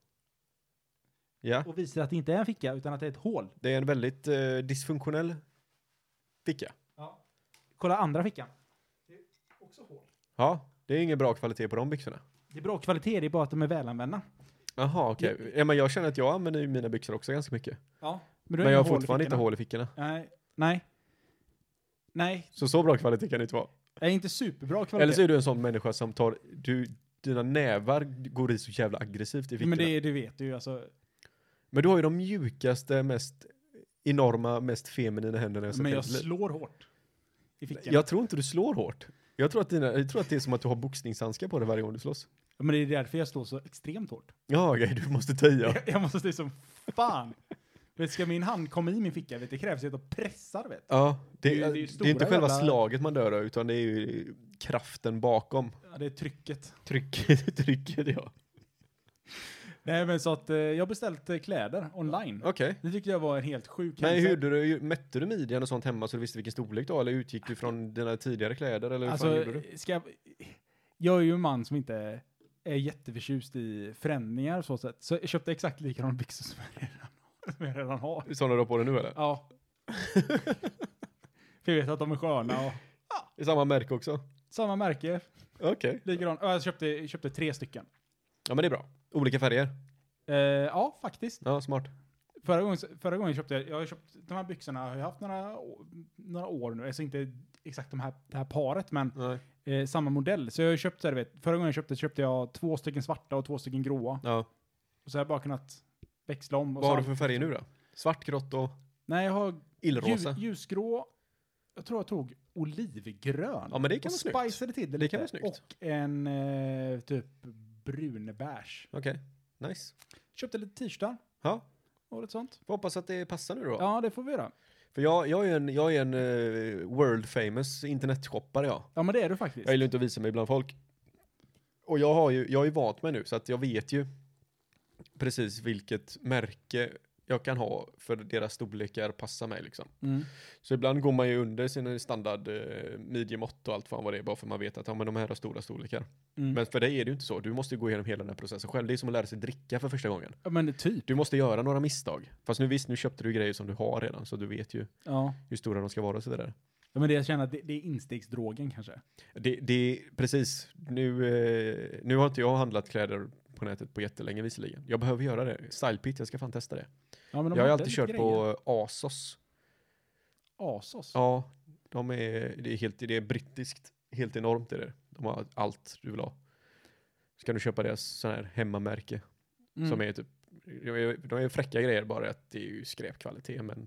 Ja, och visar att det inte är en ficka utan att det är ett hål. det är en väldigt dysfunktionell ficka. Ja. Kolla andra fickan. Det är också hål. Ja, det är ingen bra kvalitet på de byxorna. Det är bra kvalitet, det är bara att de är välanvända. Jaha, okej. Ja, men jag känner att jag använder ju mina byxor också ganska mycket. Ja. Men jag har fortfarande inte hål i fickorna. Nej. Så bra kvalitet kan det inte vara. Det är inte superbra kvalitet. Eller så är du en sån människa som tar... Dina nävar går i så jävla aggressivt i fickorna. Men det vet du ju alltså. Men du har ju de mjukaste, mest enorma, mest feminina händerna jag sett Men i jag mitt liv. slår hårt i fickan. Jag tror inte du slår hårt. Jag tror att det är som att du har boxningshandskar på dig varje gång du slåss. Men det är därför jag slår så extremt hårt. Ja, okej, du måste töja. Jag måste stå som fan. Ska min hand komma i min ficka, det krävs ju att jag pressar, vet. Ja, det Det är ju är stora inte själva jävla- slaget man dör av, utan det är ju kraften bakom. Ja, det är trycket. Trycket, ja. Nej, men så att jag har beställt kläder online. Okej. Det tyckte jag var en helt sjuk Men händelse. mätte du midjan och sånt hemma så du visste vilken storlek då? Eller utgick du från dina tidigare kläder? Eller hur fan Alltså, gjorde du? jag är ju en man som inte är jätteförtjust i förändringar så sätt. Så jag köpte exakt likadana byxor som jag redan har. Sådana du har på dig nu eller? Ja. För jag vet att de är sköna och Det är samma märke också? samma märke. Okej. Likadant. Ja, jag köpte 3 stycken. Ja, men det är bra. Olika färger? Ja, faktiskt. Ja, smart. Förra gången köpte jag har köpt de här byxorna, har jag haft några år nu. Alltså inte exakt det här paret, men Nej. samma modell. Så jag har köpt, så här, vet, förra gången jag köpte jag 2 stycken svarta och 2 stycken gråa. Ja. Och så har jag bara kunnat växla om. Och Vad så har du för färger nu då? Svart, grått och Nej, jag har illrosa? ljusgrå. Jag tror jag tog olivgrön. Ja, men det kan och vara snyggt. spiceade till det Det kan lite. vara snyggt. Och en typ brunbärs. Okej, nice. Köpte lite t-shirtar Ja, och lite sånt. får hoppas att det passar nu då. Ja, det får vi göra. För jag är en world famous internetshoppare, ja. Ja, men det är du faktiskt. Jag gillar inte att visa mig bland folk. Och jag har ju vant mig nu, så att jag vet ju precis vilket märke jag kan ha för deras storlekar passar mig liksom. Mm. Så ibland går man ju under sin standard midjemått och allt fan vad det är, bara för man vet att ja, men de här har stora storlekar. Mm. Men för dig är det ju inte så. Du måste ju gå igenom hela den här processen själv. Det är som att lära sig dricka för första gången. Ja, men typ. Du måste göra några misstag. Fast nu köpte du grejer som du har redan, så du vet ju Ja. hur stora de ska vara och så vidare. Ja, men det jag känner att det är instegsdrogen kanske. Precis. Nu har inte jag handlat kläder på nätet på jättelänge visserligen. Jag behöver göra det. Stylepit, jag ska fan testa det. Ja, men Jag har hade alltid lite kört grejer. på Asos. Asos. Ja, det är brittiskt. Helt enormt är det. De har allt du vill ha. Så kan du köpa deras sån här hemmamärke. Mm. Som är typ, de är fräcka grejer, bara att det är ju skräpkvalitet, men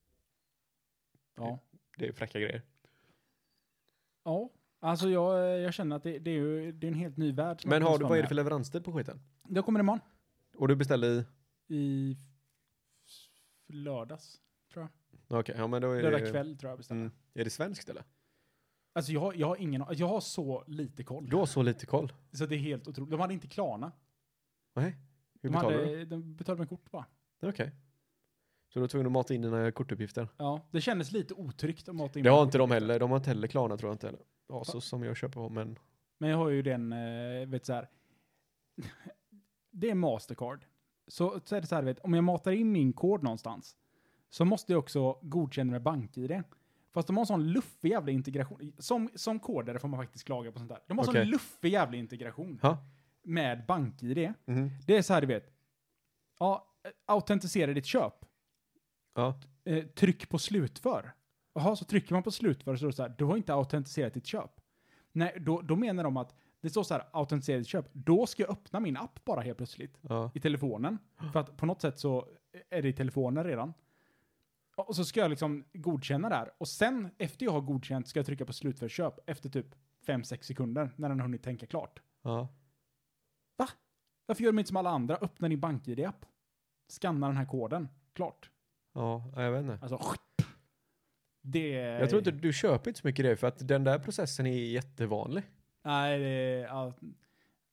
Ja. det är fräcka grejer. Ja. Alltså jag känner att det är en helt ny värld. som Men öppnas vad för är det mig för leveranstid på skiten? här. Jag kommer imorgon. Och du beställde I lördags. okej, ja men då är Lördag det... kväll tror jag bestämde. Mm. Är det svenskt eller? Alltså jag har ingen, jag har så lite koll. Du har så lite koll. Så det är helt otroligt. De hade inte Klarna. Nej. Hur De betalar du? De betalade med kort bara. Okej. Så du var tvungen att mata in dina kortuppgifter? Ja, det kändes lite otryggt att mata in Det har mina inte de kortuppgifter. heller. De har inte heller Klarna, tror jag inte heller. Asos som jag köper på, men... Men jag har ju den, vet så här. Det är Mastercard. Så är det så här, vet, om jag matar in min kod någonstans så måste jag också godkänna med BankID. Fast de har en sån luffig jävla integration. Som kodare får man faktiskt klaga på sånt där. De har Okej. sån luffig jävla integration Ha? med BankID. Mhm. Det är så här, du vet. Ja, autentisera ditt köp. Ja. Tryck på slutför. Jaha, så trycker man på slutför så är det så här, du har inte autentiserat ditt köp. Nej, då menar de att det står så här, autentisera ditt köp. Då ska jag öppna min app bara helt plötsligt. Ja. I telefonen. För att på något sätt så är det i telefonen redan. Och så ska jag liksom godkänna där. Och sen, efter jag har godkänt, ska jag trycka på slutför köp. Efter typ 5-6 sekunder, när den har hunnit tänka klart. Ja. Varför gör de inte som alla andra? Öppna din BankID-app. Skanna den här koden. Klart. Ja, jag vet inte. Alltså, det... Jag tror inte du köper inte så mycket det, för att den där processen är jättevanlig. Nej,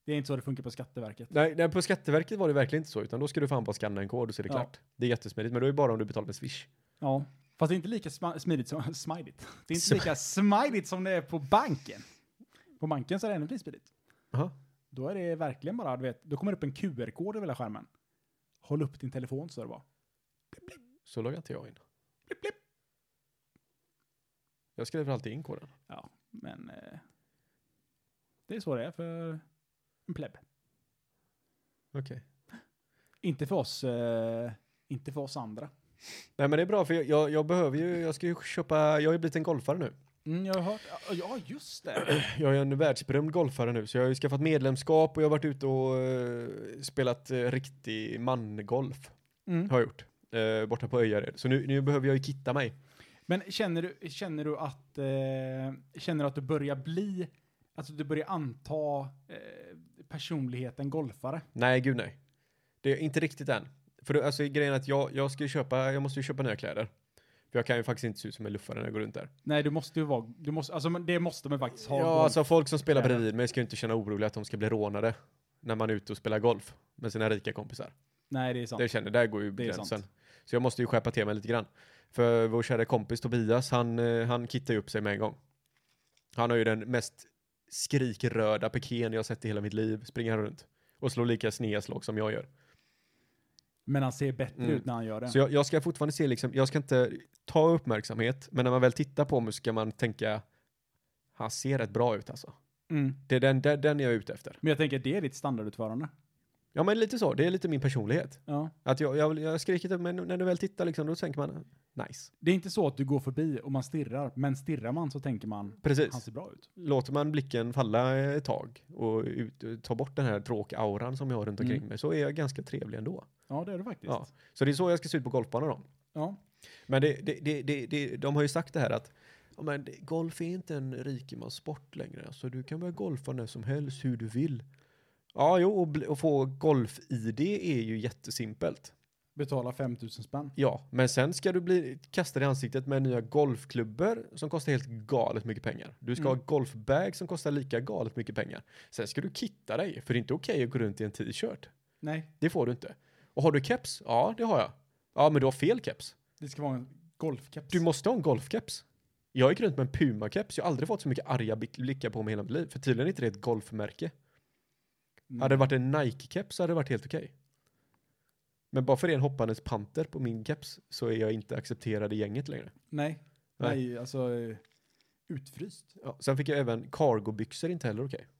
Det är inte så det funkar på Skatteverket. Nej, på Skatteverket var det verkligen inte så. Utan då ska du fan bara scanna en kod och så är det Ja. klart. Det är jättesmidigt. Men då är det bara om du betalar med Swish. Ja, fast det är inte lika smidigt som smidigt. Det är inte lika smidigt som det är på banken. På banken så är det ännu mer smidigt. Aha. Då är det verkligen bara, du vet, då kommer det upp en QR-kod över hela skärmen. Håll upp din telefon så är det bara. Så loggar inte jag in. Blipp, blipp. Jag skriver alltid in koden. Ja, men det är så det är för en pleb. Okej. Inte för oss andra. Nej men det är bra för jag behöver ju, jag ska ju köpa, jag har ju blivit en golfare nu. Jag har hört, ja just det. Jag är en världsberömd golfare nu så jag har ju skaffat medlemskap och jag har varit ute och spelat riktig mangolf. Har jag gjort. Borta på Öjared. Så nu behöver jag ju kitta mig. Men känner du att du börjar bli, alltså du börjar anta personligheten golfare? Nej, gud nej. Det är inte riktigt än. För då, alltså grejen är att jag måste ju köpa nya kläder. För jag kan ju faktiskt inte se ut som en luffare när jag går runt där. Nej, det måste man faktiskt ha. Ja, alltså folk som spelar bredvid mig ska ju inte känna oroliga att de ska bli rånade när man är ute och spelar golf med sina rika kompisar. Nej, det är sant. Det känner, där går ju gränsen. Så jag måste ju skärpa till mig lite grann. För vår kära kompis Tobias, han kittar ju upp sig med en gång. Han har ju den mest skrikröda pikén jag har sett i hela mitt liv. Springer han runt och slår lika snea slag som jag gör. Men han ser bättre ut när han gör det. Så jag ska fortfarande se liksom, jag ska inte ta uppmärksamhet, men när man väl tittar på mig ska man tänka, han ser rätt bra ut alltså. Det är den jag är ute efter. Men jag tänker, det är ditt standardutförande. Ja, men lite så. Det är lite min personlighet. Ja. Att jag skriker, men när du väl tittar liksom, då tänker man, nice. Det är inte så att du går förbi och man stirrar, men stirrar man så tänker man, precis. Han ser bra ut. Låter man blicken falla ett tag och ta bort den här tråkiga auran som jag har runt omkring mig, så är jag ganska trevlig ändå. Ja, det är du faktiskt. Ja. Så det är så jag ska se ut på golfbanan då. Ja. Men de har ju sagt det här att men golf är inte en rikemanssport längre. Alltså du kan börja golfa när som helst, hur du vill. Ja, jo, och få golf-ID är ju jättesimpelt. Betala 5 000 spänn. Ja, men sen ska du bli kastad i ansiktet med nya golfklubbor som kostar helt galet mycket pengar. Du ska ha golfbag som kostar lika galet mycket pengar. Sen ska du kitta dig, för det är inte okej att gå runt i en t-shirt. Nej. Det får du inte. Och har du keps? Ja, det har jag. Ja, men du har fel keps. Det ska vara en golfkeps. Du måste ha en golfkeps. Jag gick runt med en Puma-keps. Jag har aldrig fått så mycket arga blickar på mig hela mitt liv. För tydligen är inte det ett golfmärke. Hade det varit en Nike-keps så hade det varit helt okej. Men bara för det är en hoppandes panter på min keps så är jag inte accepterad i gänget längre. Nej, alltså utfryst. Ja, sen fick jag även cargobyxor, inte heller okej.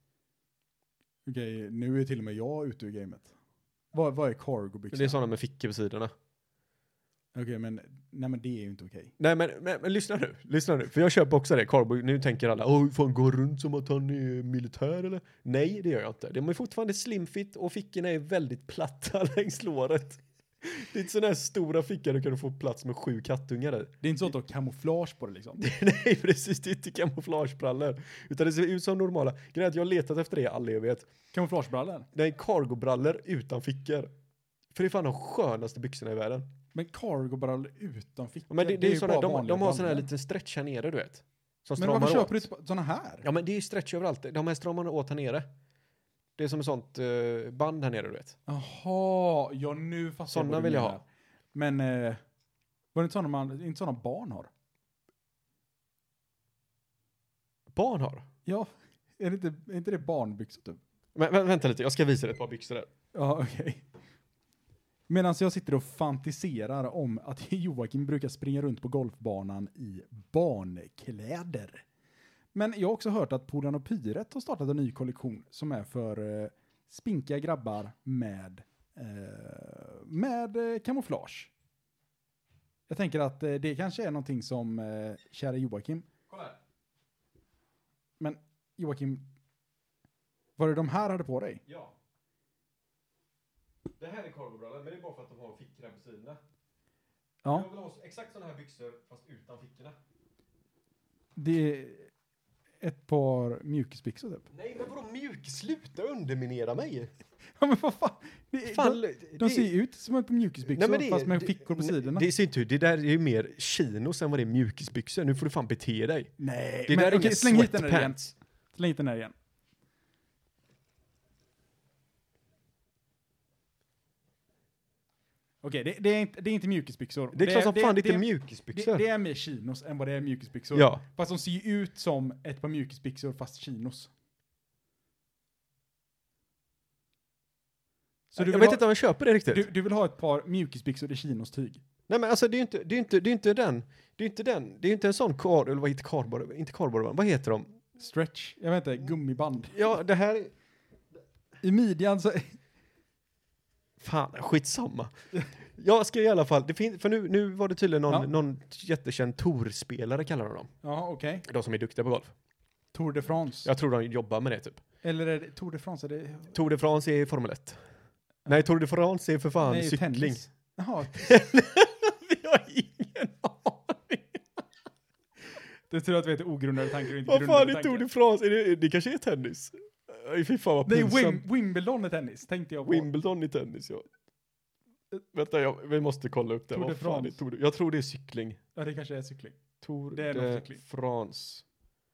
Okej, nu är till och med jag ute ur gamet. Vad är cargobyxor? Det är sådana med fickor på sidorna. Okej, men det är ju inte okej. Nej, men lyssna nu. För jag köper också det, cargo. Nu tänker alla, hur fan går runt som att han är militär eller? Nej, det gör jag inte. De är fortfarande slimfit och fickorna är väldigt platta längs låret. Det är inte sådana här stora fickor du kan få plats med 7 kattungar i. Det är inte så att du har kamouflage på det liksom. Nej, precis. Det är inte kamouflagebrallor. Utan det ser ut som normala. Grejen är att jag har letat efter det i all evighet. Kamouflagebrallor? Nej, cargobrallor utan fickor. För det är fan de skönaste byxorna i världen. Men cargobrallor utan fickor? Men det är sådana, de har sån här brallor. liten stretch här nere, du vet. Som Men varför köper åt. du inte såna här? Ja, men det är ju stretch överallt. De här stramar åt här nere. Det är som ett sånt band här nere, du vet. Jaha, ja nu fattar Såna jag vad du vill jag menar. ha. Men var det inte såna barn har? Barn har? Ja, är inte det barnbyxor typ? Men vänta lite, jag ska visa dig ett par byxor där. Ja, okej. Medan jag sitter och fantiserar om att Joakim brukar springa runt på golfbanan i barnkläder. Men jag har också hört att Polarn och Pyret har startat en ny kollektion som är för spinkiga grabbar med kamouflage. Jag tänker att det kanske är någonting som kära Joakim. Kolla här. Men Joakim, var det de här hade på dig? Ja. Det här är cargobrallor, men det är bara för att de har fickor här på sidorna. Ja. Jag vill ha exakt sådana här byxor fast utan fickorna. Det är ett par mjukisbyxor typ. Nej, men vadå mjuk? Sluta underminera mig. Ja, men vad fan? De ser det- ju ut som ett par mjukisbyxor Nej, men fast med fickor på sidorna. Det ser inte ut. Det där är ju mer chinos än vad det är mjukisbyxor. Nu får du fan bete dig. Nej, Det men där är okej, inga släng hit den här igen. sweatpants. Släng hit den här igen. Okej, det är inte mjukisbyxor. Det är klart som fan det är inte mjukisbyxor. Det är mer chinos än vad det är mjukisbyxor. Ja. Fast de ser ju ut som ett par mjukisbyxor fast chinos. Så Jag vet inte om jag köper det riktigt. Du vill ha ett par mjukisbyxor i chinos-tyg? Nej men alltså det är inte en sån eller vad heter kardborre? Inte kardborre, vad heter de? Stretch, jag vet inte, gummiband. Ja, det här är... I midjan så... Fan, skitsamma. Jag ska i alla fall, för nu var det tydligen någon jättekänd Tor-spelare kallar de dem. Ja, okej. De som är duktiga på golf. Tour de France. Jag tror de jobbar med det typ. Eller är det Tour de France? Är det... Tour de France är Formel 1. Nej, Tour de France är för fan Nej, cykling. tennis. Jaha. Vi har ingen aning. Det tror jag att vi heter ogrundade tankar och inte Vad grundade fan är Tour tankar. de France? Det kanske är tennis. Fy fan vad Nej, pinsamt. Wimbledon är tennis, tänkte jag på. Wimbledon i tennis, ja. Vänta, vi måste kolla upp det. Tour de Vad fan är France. Jag tror det är cykling. Ja, det kanske är cykling. Tour Det är nog de cykling. France.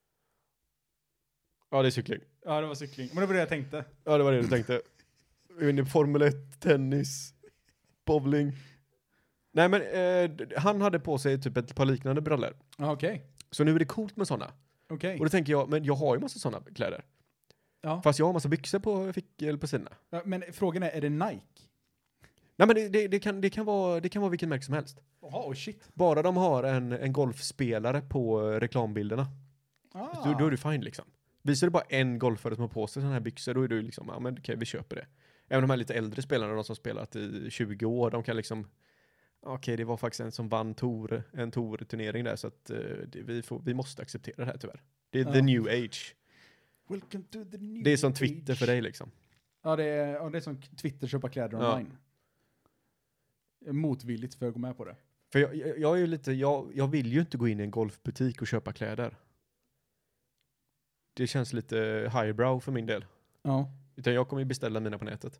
Ja, det är cykling. Ja, det var cykling. Men det var det jag tänkte. Ja, det var det du tänkte. Vi är inne på Formel 1, tennis, bowling. Nej, men han hade på sig typ ett par liknande brallor. Ja, okej. Så nu är det coolt med sådana. Okej. Och då tänker jag, men jag har ju massa sådana kläder. Ja. Fast jag har massa byxor på sidorna. Ja, men frågan är det Nike? Nej, men det kan vara vilket märke som helst. Jaha, shit. Bara de har en golfspelare på reklambilderna. Då är du fine liksom. Visar du bara en golfare som har på sig sådana här byxor, då är du liksom, ja men okej, vi köper det. Även de här lite äldre spelarna, de som spelat i 20 år, de kan liksom, okej, det var faktiskt en som vann en Tour-turnering där, så att vi måste acceptera det här tyvärr. Det är the new age. Welcome to the new Det är som Twitter age. för dig liksom. Ja, det är som Twitter köpa kläder online. Motvilligt för att gå med på det. För jag är ju lite, jag vill ju inte gå in i en golfbutik och köpa kläder. Det känns lite highbrow för min del. Ja. Utan jag kommer ju beställa mina på nätet.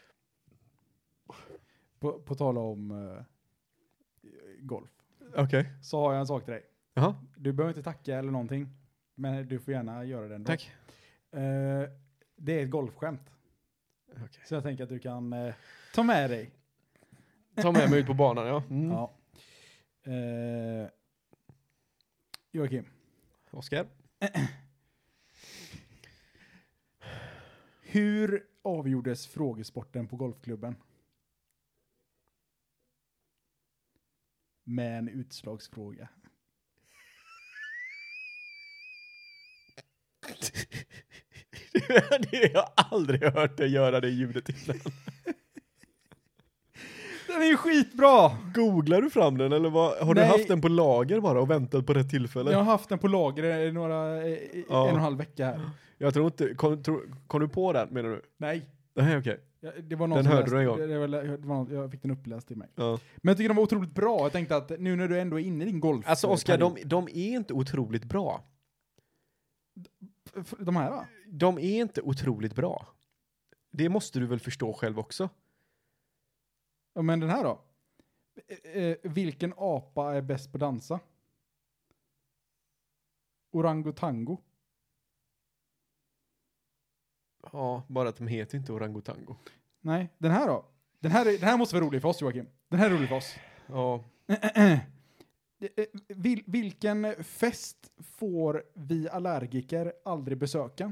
På tal om golf. Okej. Så har jag en sak till dig. Jaha. Du behöver inte tacka eller någonting. Men du får gärna göra det ändå. Tack. Det är ett golfskämt. Okay. Så jag tänker att du kan ta med dig. Ta med mig ut på banan, ja. Mm. Ja. Joakim. Oskar. Hur avgjordes frågesporten på golfklubben? Med en utslagsfråga. Det har jag aldrig hört dig göra det ljudet innan. Den är ju skitbra! Googlar du fram den eller vad? Har du Nej. haft den på lager bara och väntat på rätt tillfälle? Jag har haft den på lager i en och en halv vecka här. Jag tror inte, kom du på den menar du? Nej. Nej, okej. Det var någon Den som hörde du en gång. det var någon, jag fick den uppläst till mig. Ja. Men jag tycker de var otroligt bra. Jag tänkte att nu när du ändå är inne i din golf... Alltså Oskar, de är inte otroligt bra. De här då? De är inte otroligt bra. Det måste du väl förstå själv också? Ja, men den här då? Vilken apa är bäst på att dansa? Orangutango. Ja, bara att de heter inte orangutango. Nej, den här då? Den här måste vara rolig för oss, Joakim. Den här är rolig för oss. Ja. Vilken fest får vi allergiker aldrig besöka?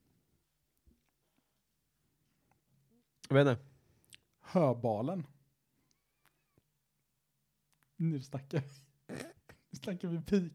Jag vet inte. Höbalen. Nu snackar vi peak.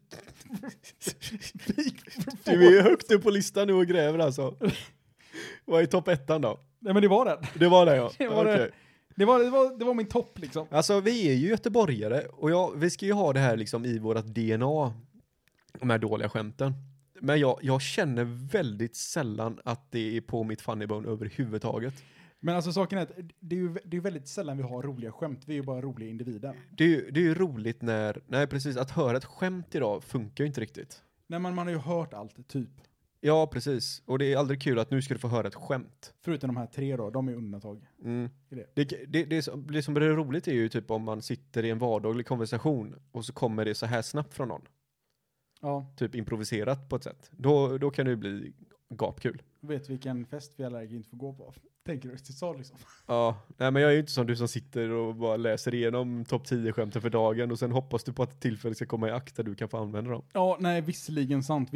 Du är högt upp på listan nu och gräver alltså. Vad är topp 1 då? Nej, men det var den. Det var det, ja. Det var det. Okej. Det var min topp liksom. Alltså vi är ju göteborgare och vi ska ju ha det här liksom i vårat DNA, de här dåliga skämten. Men jag känner väldigt sällan att det är på mitt funny bone överhuvudtaget. Men alltså saken är att det är väldigt sällan vi har roliga skämt. Vi är ju bara roliga individer. Det är ju roligt nej precis, att höra ett skämt idag funkar ju inte riktigt. Nej, man har ju hört allt typ. Ja, precis. Och det är aldrig kul att nu ska du få höra ett skämt. Förutom de här 3 då, de är undantag. Mm. Det. Det som blir roligt är ju typ om man sitter i en vardaglig konversation och så kommer det så här snabbt från någon. Ja, Typ improviserat på ett sätt. Då kan det ju bli gapkul. vet vilken fest vi allergiker inte får gå på. Tänker du så liksom? Ja, nej men jag är ju inte som du som sitter och bara läser igenom topp 10 skämten för dagen och sen hoppas du på att tillfället ska komma i akt där du kan få använda dem. Ja, nej, visserligen sant.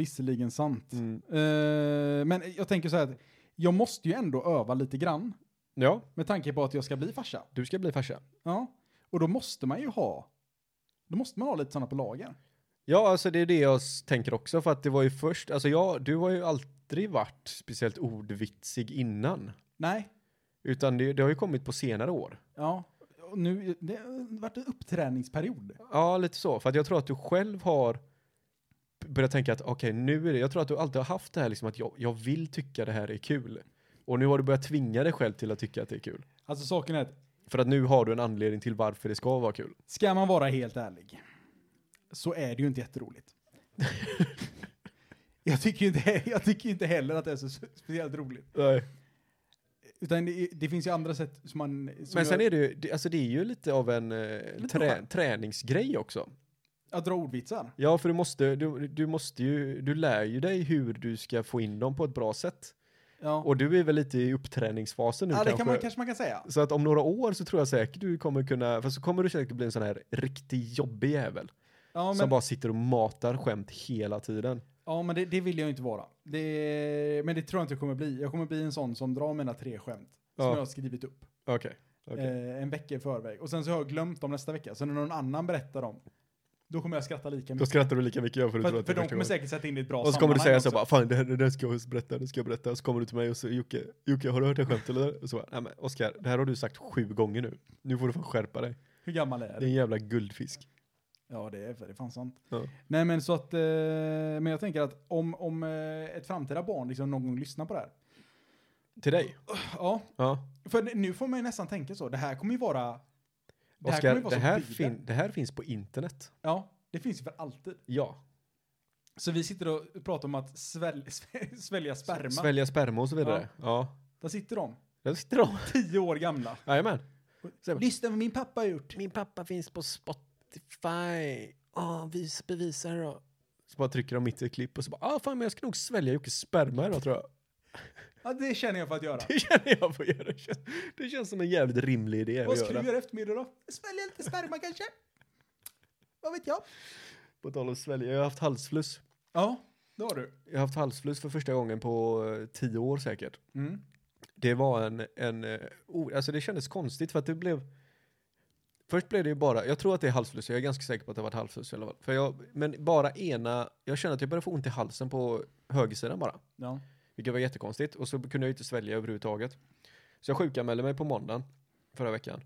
Men jag tänker så här att jag måste ju ändå öva lite grann Ja, med tanke på att jag ska bli farsa. du ska bli farsa. Ja, och då måste man ha lite sådana på lager. Ja, alltså det är det jag tänker också för att det var ju först, alltså du har ju aldrig varit speciellt ordvitsig innan. Nej. Utan det har ju kommit på senare år. Ja, och nu det har varit en uppträningsperiod. Ja, lite så. För att jag tror att du själv har börjat tänka att okej, nu är det, jag tror att du alltid har haft det här liksom att jag vill tycka det här är kul. Och nu har du börjat tvinga dig själv till att tycka att det är kul. Alltså saken är att För att nu har du en anledning till varför det ska vara kul. ska man vara helt ärlig så är det ju inte jätteroligt. jag tycker inte heller att det är så speciellt roligt. Nej. Utan det finns ju andra sätt som man... Men sen är det ju, alltså det är ju lite av en träningsgrej också. Att dra ordvitsar. Ja, för du lär ju dig hur du ska få in dem på ett bra sätt. Ja, Och du är väl lite i uppträningsfasen nu det kanske man kan säga. Så att om några år så tror jag säkert du kommer kunna, för så kommer du säkert bli en sån här riktigt jobbig jävel. Ja, Som men, bara sitter och matar skämt hela tiden. ja, men det vill jag ju inte vara. Men det tror jag inte jag kommer bli. Jag kommer bli en sån som drar mina 3 skämt. Som jag har skrivit upp. Okej. En vecka i förväg. Och sen så har jag glömt dem nästa vecka. Så när någon annan berättar dem, då kommer jag skratta lika Då mycket. skrattar du lika mycket för du tror att För det är de kommer första säkert sätta in i ett bra gången. Och så kommer du säga så också. bara, fan det ska jag berätta. Så kommer du till mig och så, Jocke, har du hört det skämt eller? Och så bara, nej men Oskar, det här har du sagt 7 gånger nu. Nu får du fan skärpa dig. Hur gammal är Det är du? en jävla guldfisk. Ja, det är fan sant. Ja. Nej, men så att... men jag tänker att om ett framtida barn liksom någon gång lyssnar på det här. Till dig? Ja, Ja. för nu får man ju nästan tänka så. Det här kommer ju vara... Oskar, kommer ju vara som bilder. det här finns på internet. Ja, det finns ju för alltid. Ja. Så vi sitter och pratar om att svälja sperma. Svälja sperma och så vidare. Ja. Där sitter de. Där sitter de. 10 år gamla. Jajamän. Lyssna vad min pappa har gjort. Min pappa finns på Spotify. Bevisa det då. Så bara trycker de mitt i ett klipp och så bara, fan men jag ska nog svälja Jockes sperma idag tror jag. Ja, det känner jag för att göra. Det känner jag får göra. Det känns som en jävligt rimlig idé Vad att ska göra. du göra eftermiddag då? Svälja lite sperma kanske? Vad vet jag? På tal om svälja, jag har haft halsfluss. Ja, det har du. Jag har haft halsfluss för första gången på 10 år säkert. Mm. Det var alltså det kändes konstigt för att det blev... Först blev det ju bara, jag tror att det är halsfluss, jag är ganska säker på att det var halsfluss i alla fall. Men bara jag kände att jag började få ont i halsen på högersidan bara. Ja. Vilket var jättekonstigt. Och så kunde jag ju inte svälja överhuvudtaget. Så jag sjukanmälde mig på måndagen förra veckan.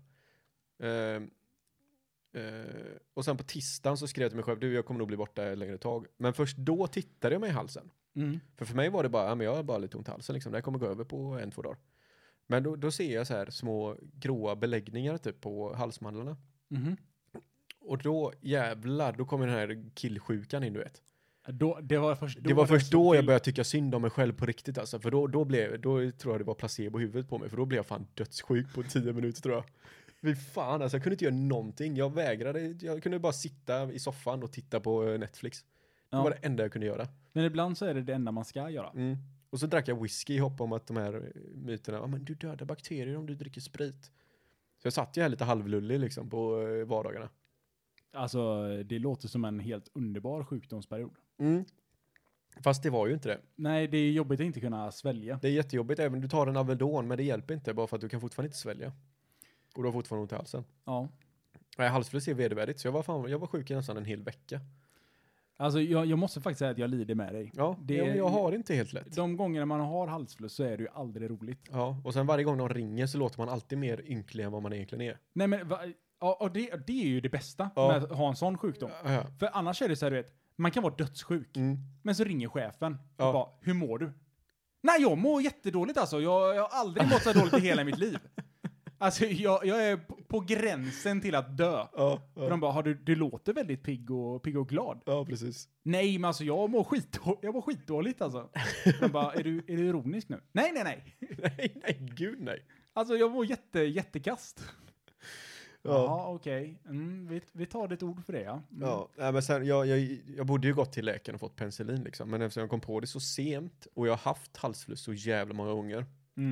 Och sen på tisdagen så skrev jag till mig själv, jag kommer nog bli borta ett längre tag. Men först då tittade jag mig i halsen. Mm. För mig var det bara, men jag har bara lite ont i halsen liksom. Det här kommer gå över på 1-2 dagar. Men då ser jag så här små gråa beläggningar typ på halsmandlarna. Mm. Och då jävlar, då kommer den här killsjukan in, du vet. Det var först då jag började tycka synd om mig själv på riktigt alltså. För då tror jag det var placebo i huvudet på mig. För då blev jag fan dödssjuk på 10 minuter tror jag. Fy fan alltså, jag kunde inte göra någonting. Jag vägrade, jag kunde bara sitta i soffan och titta på Netflix. Det var det enda jag kunde göra. Men ibland så är det enda man ska göra. Mm. Och så drack jag whisky i hopp om att de här myterna, men du dödar bakterier om du dricker sprit. Så jag satt ju här lite halvlullig liksom på vardagarna. Alltså, det låter som en helt underbar sjukdomsperiod. Mm. Fast det var ju inte det. Nej, det är jobbigt att inte kunna svälja. Det är jättejobbigt, även du tar en Alvedon, men det hjälper inte bara för att du kan fortfarande inte svälja. Och du har fortfarande ont i halsen. Ja. Nej, halsfluss är vedervärdigt, så jag var sjuk i nästan en hel vecka. Alltså, jag måste faktiskt säga att jag lider med dig. Ja, jag har det inte helt lätt. De gångerna man har halsfluss så är det ju aldrig roligt. Ja, och sen varje gång de ringer så låter man alltid mer ynklig än vad man egentligen är. Nej, men och det är ju det bästa Ja. med att ha en sån sjukdom. Ja. För annars är det så här, du vet, man kan vara dödssjuk. Mm. Men så ringer chefen Ja. och bara, hur mår du? Nej, jag mår jättedåligt alltså. Jag har aldrig mått så här dåligt i hela mitt liv. Alltså, jag är på gränsen till att dö. Ja. Och de bara, du låter väldigt pigg och glad. Ja, precis. Nej, men alltså jag mår skitdåligt alltså. De bara, är du ironisk nu? Nej. nej, gud nej. Alltså jag mår jättekast. Ja. Ja, okej. Vi tar ditt ord för det, ja. Mm. Ja, nej, men sen, jag borde ju gått till läkaren och fått penicillin liksom. Men eftersom jag kom på det så sent och jag har haft halsfluss så jävla många gånger. Mm.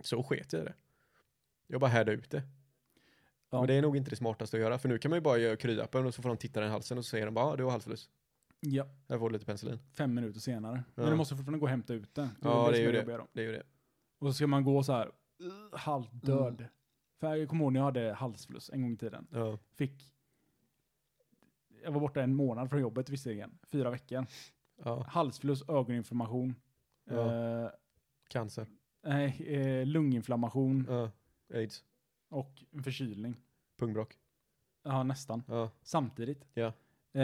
Så sket jag i det. Jag bara härde ut det. Ja. Men det är nog inte det smartaste att göra. För nu kan man ju bara göra kryappen och så får de titta i halsen och så säger de bara, du har halsfluss. Ja, Jag får lite penicillin. 5 minuter senare. Ja. Men du måste fortfarande gå och hämta ut det. Ja, det är ju som det. jobbiga då. Det är ju det. Och så ska man gå så här halvdöd. För jag kommer ihåg när jag hade halsfluss en gång i tiden. Ja. Jag var borta en månad från jobbet visserligen. 4 veckor. Ja. Halsfluss, ögoninflammation. Ja. Cancer. Lunginflammation. Ja. AIDS. Och en förkylning. Pungbrock. Ja, nästan. Ja. Samtidigt. Ja.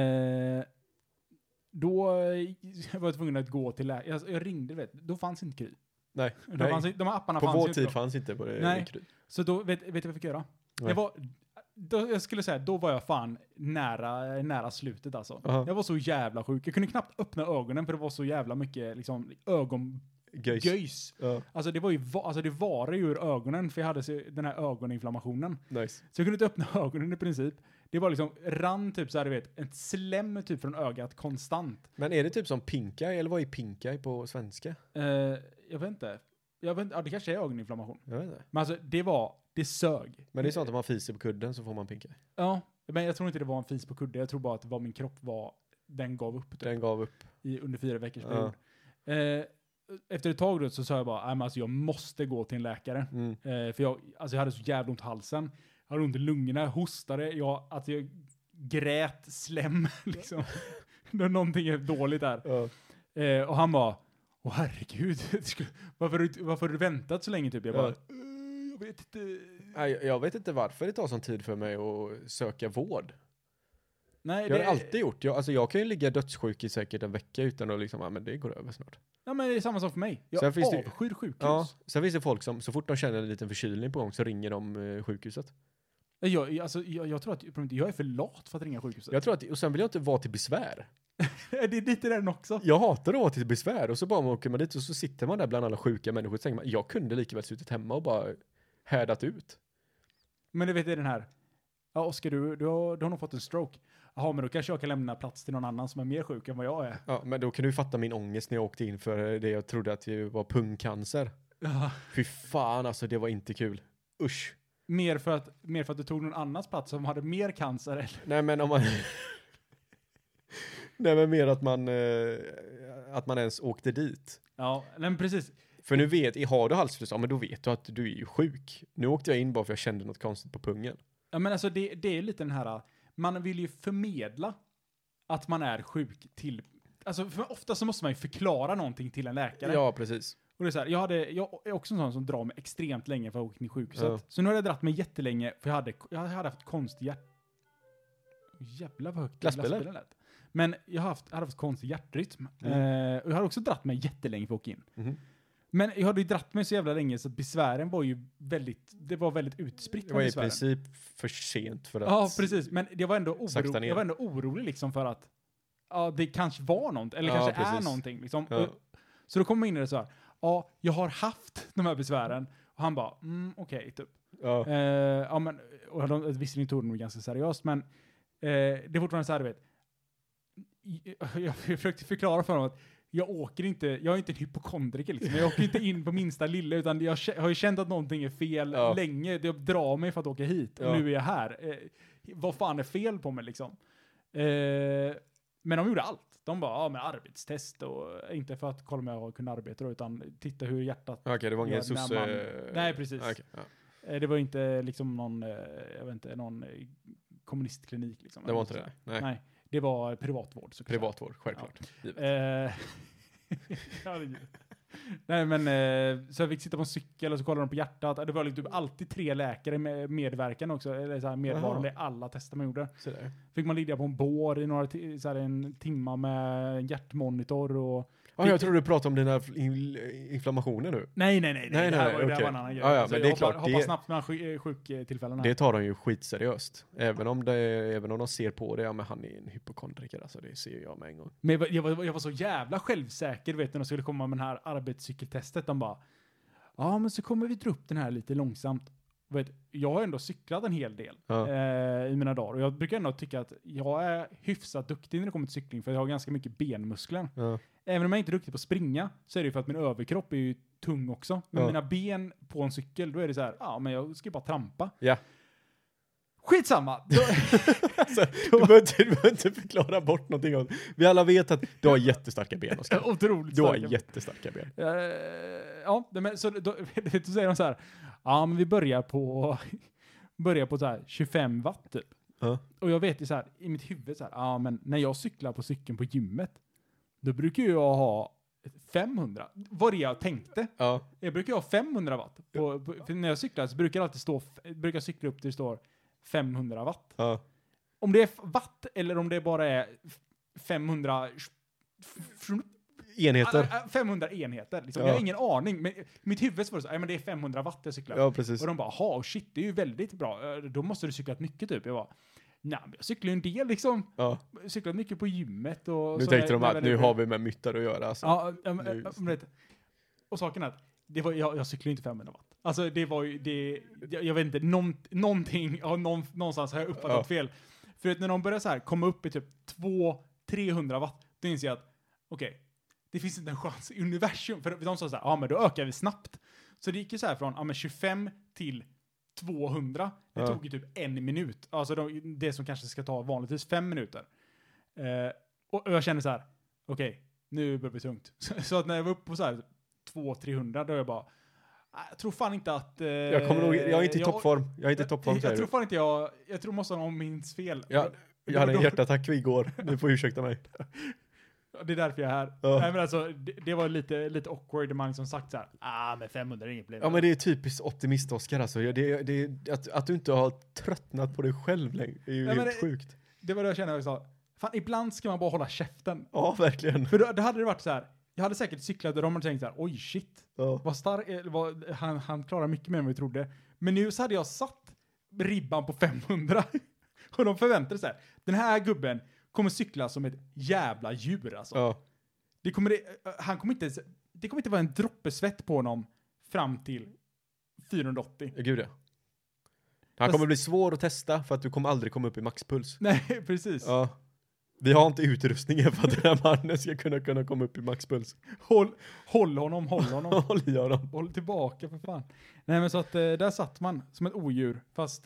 Då var jag tvungen att gå till jag ringde, vet. Då fanns inte Kry. Nej. De här apparna på fanns vår inte tid då. fanns inte på det. Nej. Så då, vet du vad jag fick göra? Nej. Jag skulle säga, då var jag fan nära slutet alltså. Aha. Jag var så jävla sjuk. Jag kunde knappt öppna ögonen för det var så jävla mycket liksom, göjs. Ja. Alltså det var ju ur ögonen för jag hade den här ögoninflammationen. Nice. Så jag kunde inte öppna ögonen i princip. Det var liksom rann typ så här, du vet, ett slem typ från ögat konstant. Men är det typ som pink eye, eller vad är pink eye på svenska? Jag vet inte. Ja, det kanske är ögoninflammation. Jag vet inte. Men alltså det sög. Men det är sånt att man fiser på kudden så får man pink eye. Ja, men jag tror inte det var en fis på kudde. Jag tror bara att det var min kropp den gav upp. Typ, Den gav upp. under 4 veckors period. Efter ett tag då så sa jag bara, alltså jag måste gå till en läkare. För jag hade så jävla ont i halsen. Jag hade ont i lungorna, jag hostade. Jag grät slem liksom. Någonting är dåligt där. Och han bara, åh herregud, varför har du väntat så länge typ? Jag bara, jag vet inte. Jag vet inte varför det tar sån tid för mig att söka vård. Nej, jag har alltid gjort. Jag kan ju ligga dödssjuk i säkert en vecka utan att liksom, men det går över snart. Ja, men det är samma sak för mig. Jag avskyr sjukhus. Ja, sen finns det folk som, så fort de känner en liten förkylning på gång så ringer de sjukhuset. Jag tror att jag är för lat för att ringa sjukhuset. Jag tror att, och sen vill jag inte vara till besvär. Det är lite den också. Jag hatar att vara till besvär och så bara åker man dit och så sitter man där bland alla sjuka människor och tänker man, jag kunde lika väl suttit hemma och bara härdat ut. Men du vet, det är den här. Ja, Oskar, du har nog fått en stroke. Jaha, men då kanske jag kan lämna plats till någon annan som är mer sjuk än vad jag är. Ja, men då kan du fatta min ångest när jag åkte in för det jag trodde att det var pungcancer. Ja. Fy fan, alltså det var inte kul. Usch. Mer för att du tog någon annans plats som hade mer cancer, eller? Nej, men om man... Nej, men mer att man ens åkte dit. Ja, men precis. För nu har du halsfluss, ja men då vet du att du är ju sjuk. Nu åkte jag in bara för jag kände något konstigt på pungen. Ja, men alltså det är lite den här, man vill ju förmedla att man är sjuk till, alltså för ofta så måste man ju förklara någonting till en läkare. Ja, precis. Och det är så här, jag är också en sån som drar mig extremt länge för att åka till sjukhuset. Ja. Så nu har jag dratt mig jättelänge för jag hade haft konstig jävlar vad högt lastbilen lät. Men jag hade haft konstig hjärtrytm. Och jag hade också dratt mig jättelänge för att åka in. Men jag hade ju dratt mig så jävla länge så att besvären var ju väldigt utspritt. Det var i princip för sent för att... Ja, precis. Men jag var ändå orolig liksom för att det kanske var något, eller kanske precis. Är någonting. Liksom. Ja. Så då kom man in i det så här. Ja, jag har haft de här besvären. Och han bara, okej, typ. Ja. Men, och visserligen tog de ganska seriöst, men det är fortfarande så här, du vet. Jag försökte förklara för honom att jag är inte en hypokondriker liksom. Jag åker inte in på minsta lilla, utan jag har ju känt att någonting är fel länge. Jag drar mig för att åka hit och nu är jag här. Vad fan är fel på mig liksom? Men de gjorde allt. De bara, men arbetstest och inte för att kolla om jag kunde arbeta då, utan titta hur hjärtat... Okej, det var ingen Nej, precis. Okay, ja. Det var inte liksom någon kommunistklinik liksom. Det var inte det? Nej. Det var privatvård. Så privatvård, självklart. Ja. Nej, men så jag fick sitta på en cykel och så kollade de på hjärtat. Det var liksom alltid 3 läkare med medverkan också. Eller så här medvarande i alla tester man gjorde. Så där. Fick man ligga på en bår i en timma med hjärtmonitor och... jag tror du pratar om dina inflammationer nu. Nej. Det här var en annan grej. Ja, men det är klart. Hoppa snabbt mellan sjuktillfällena. Det tar de ju skitseriöst. Även om de ser på det, men han är en hypokondriker. Alltså det ser jag med en gång. Men jag var så jävla självsäker, vet du, när de skulle komma med den här arbetscykeltestet. De bara, men så kommer vi dra upp den här lite långsamt. Vet, jag har ändå cyklat en hel del i mina dagar. Och jag brukar ändå tycka att jag är hyfsat duktig när det kommer till cykling. För jag har ganska mycket benmuskler. även om jag inte är duktig på att springa så är det ju för att min överkropp är ju tung också. Men Ja. mina ben på en cykel, då är det så här, ja men jag ska ju bara trampa. Ja. Skitsamma! Alltså, du behöver inte förklara bort någonting av det. Vi alla vet att du har jättestarka ben, Oskar. Otroligt Du har starka. jättestarka ben. Ja, men så då säger de så här, ja men vi börjar på så här 25 watt typ. Ja. Och jag vet ju så här, i mitt huvud så här, ja men när jag cyklar på cykeln på gymmet, då brukar jag ha 500. Vad det jag tänkte. Ja. Jag brukar ha 500 watt. För när jag cyklar så brukar jag alltid brukar cykla upp till det står 500 watt. Ja. Om det är watt eller om det bara är 500 Enheter. 500 enheter. Liksom. Ja. Jag har ingen aning. Men mitt huvud var så här, men det är 500 watt jag cyklar. Ja, precis. Och de bara, ha shit, det är ju väldigt bra. Då måste du cykla mycket typ. Jag bara, nej, men jag cyklar ju en del liksom. Ja. Jag cyklar mycket på gymmet. Och Nu så tänkte de när att nu har vi med myttar att göra. Alltså. Ja, Nu- och saken är att jag cyklar inte 500 watt. Alltså det var ju, jag vet inte, någonting, någonstans har jag uppfattat fel. För att när de börjar så här komma upp i typ 200-300 watt, då inser jag att, okej, det finns inte en chans i universum. För de sa så här, ja men då ökar vi snabbt. Så det gick ju så här från 25 till 200. Det tog ju typ 1 minut. Alltså det som kanske ska ta vanligtvis 5 minuter. Och jag kände så här, okej, nu börjar det bli tungt. Så att när jag var uppe på så här 200-300, då är jag bara, jag tror fan inte att... Jag är inte i toppform. Jag är inte i toppform, jag säger tror du. fan inte jag tror måste ha minns fel. Jag hade en hjärtattack igår. Du får ursäkta mig. Det är därför jag är här. Ja. Nej, men alltså, det var lite awkward. Man liksom sagt så här, men 500 är inget problem. Ja, men det är typiskt optimist, Oskar. Alltså. Att du inte har tröttnat på dig själv längre är ju helt sjukt. Det var det jag kände också. Fan, ibland ska man bara hålla käften. Ja, verkligen. För då hade det varit så här, jag hade säkert cyklat och de hade tänkt så här, oj shit. Ja. Vad stark, han klarar mycket mer än vad vi trodde. Men nu så hade jag satt ribban på 500. Och de förväntade sig, den här gubben kommer cykla som ett jävla djur alltså. Ja. Det kommer inte vara en droppesvett på honom fram till 480. Ja, gud ja. Han kommer bli svår att testa för att du kommer aldrig komma upp i maxpuls. Nej, precis. Ja. Vi har inte utrustningen för att den här mannen ska kunna komma upp i maxpuls. Håll honom. Håll i honom. Håll tillbaka för fan. Nej, men så att där satt man som ett odjur, fast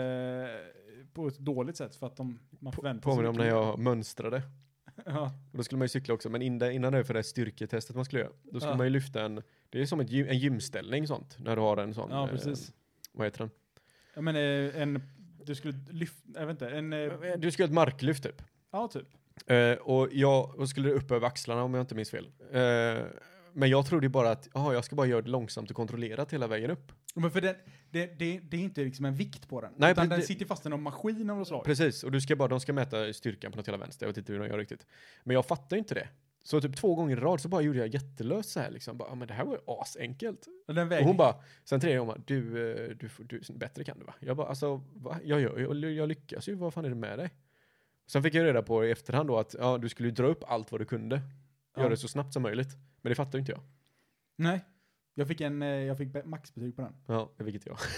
på ett dåligt sätt för att man förväntar sig. Påminner om när jag mönstrade. Ja. Och då skulle man ju cykla också, men innan det för det styrketestet man skulle göra, då skulle man ju lyfta det är som en gymställning sånt, när du har en sån. Ja, precis. Vad heter den? Ja, men du skulle lyfta, jag vet inte, Du skulle ha ett marklyft typ. ja, typ. Och jag skulle upp över axlarna om jag inte minns fel. Men jag trodde ju bara att jag ska bara göra det långsamt och kontrollerat hela vägen upp. Men för det är inte liksom en vikt på den. Nej, utan den det- sitter fast i någon maskin av något slag. Precis, och de ska mäta styrkan på något jävla vänster. Jag vet inte hur de gör riktigt. Men jag fattar inte det. Så typ 2 gånger i rad så bara gjorde jag jättelöst så här liksom. Bara, men det här var ju asenkelt. Och den Och vägen, hon bara, sen 3 gånger, du bättre kan du va? Jag bara, alltså, va? Jag lyckas ju, vad fan är det med dig? Sen fick jag reda på i efterhand då att du skulle ju dra upp allt vad du kunde. Göra det så snabbt som möjligt. Men det fattar inte jag. Nej. Jag fick maxbetyg på den. Ja, det fick inte jag.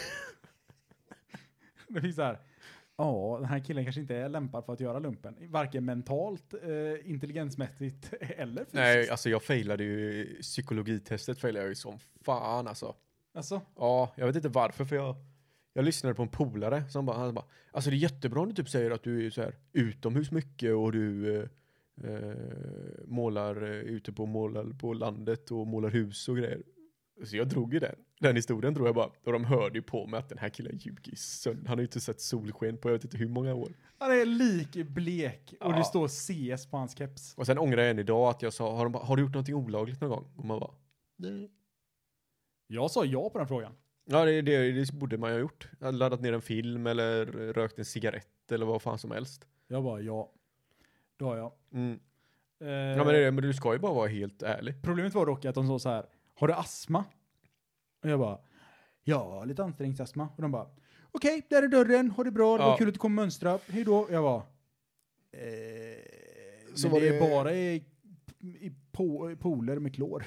Det fick så här, den här killen kanske inte är lämpad för att göra lumpen. Varken mentalt, intelligensmässigt eller fysiskt. Nej, alltså jag failade ju psykologitestet failade jag ju som fan alltså. Alltså? Ja, jag vet inte varför för jag lyssnade på en polare som han bara, alltså det är jättebra om du typ säger att du är så här utomhus mycket och du målar ute på landet och målar hus och grejer. Så jag drog ju den historien tror jag bara. Och de hörde ju på mig att den här killen ljuger sönder. Han har ju inte sett solsken på jag vet inte hur många år. Han är blek och Ja. det står CS på hans keps. Och sen ångrar jag än idag att jag sa, har du gjort någonting olagligt någon gång? Och man bara, nej. Jag sa ja på den frågan. Ja, det borde man ju ha gjort. Jag hade laddat ner en film eller rökt en cigarett eller vad fan som helst. Jag bara ja. Då har jag. Mm. Ja, men du ska ju bara vara helt ärlig. Problemet var dock att de sa så här, har du astma? Och jag bara, ja, lite ansträngningsastma. Och de bara, okej, där är dörren, ha det bra, det var kul att du kom mönstra, hej då. Jag bara, så men det är bara i pooler med klor.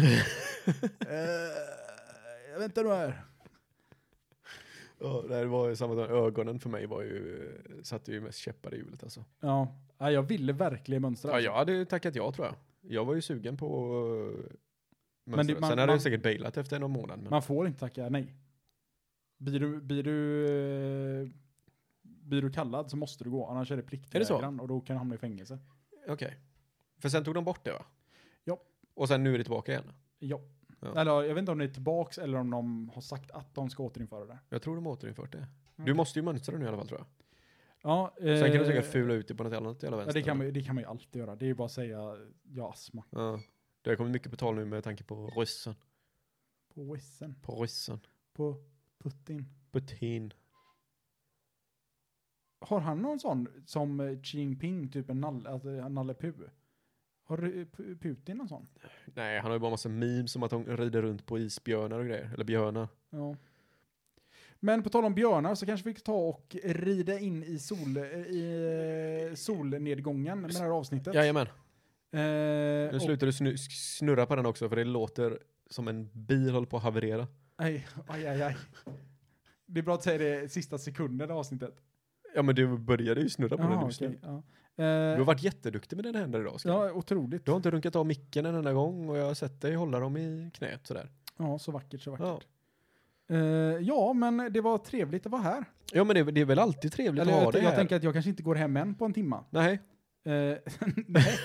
Jag väntar nu här. Ja, det var ju samma där. Ögonen för mig satte ju mest käppar i hjulet alltså. Ja, jag ville verkligen mönstra. Ja, jag hade tackat ja tror jag. Jag var ju sugen på Men mönstra. det- man- Sen hade man- jag säkert bailat efter någon månad. Men... Man får inte tacka nej. Blir du kallad så måste du gå, annars är det pliktvägran och då kan du hamna i fängelse. Okej. För sen tog de bort det, va? Ja. Och sen nu är det tillbaka igen. Ja. Ja. Eller jag vet inte om det är tillbaks eller om de har sagt att de ska återinföra det. Jag tror de har återinfört det. Du Okej. måste ju mönstra nu i alla fall, tror jag. Ja, Sen kan du säkert fula ut det på något annat jävla ja, vänster. det kan man ju alltid göra. Det är ju bara att säga ja, astma. Ja. Det har kommit mycket på tal nu med tanke på ryssen. På Wissen. På ryssen. På Putin. Putin. Har han någon sån som Xi Jinping, typ en Nalle Puh? Har Putin någon sån? Nej, han har ju bara massa memes som att de rider runt på isbjörnar och grejer. Eller björnar. Ja. Men på tal om björnar så kanske vi kan ta och rida in i solnedgången med det här avsnittet. Jajamän. Nu Nu slutar du snurra på den också för det låter som en bil håller på att haverera. Aj. Det är bra att säga det sista sekunden av avsnittet. Ja, men du började ju snurra på den just nu. Okej, ja. Du har varit jätteduktig med dina händer idag, Oskar. Ja, otroligt. Du har inte runkat av micken en enda gång och jag har sett dig hålla dem i knät sådär. Ja, så vackert, så Ja. vackert. Ja, men det var trevligt att vara här. Ja, men det är väl alltid trevligt Eller att ha jag dig här. tänker att jag kanske inte går hem än på en timma. Nej. Nej.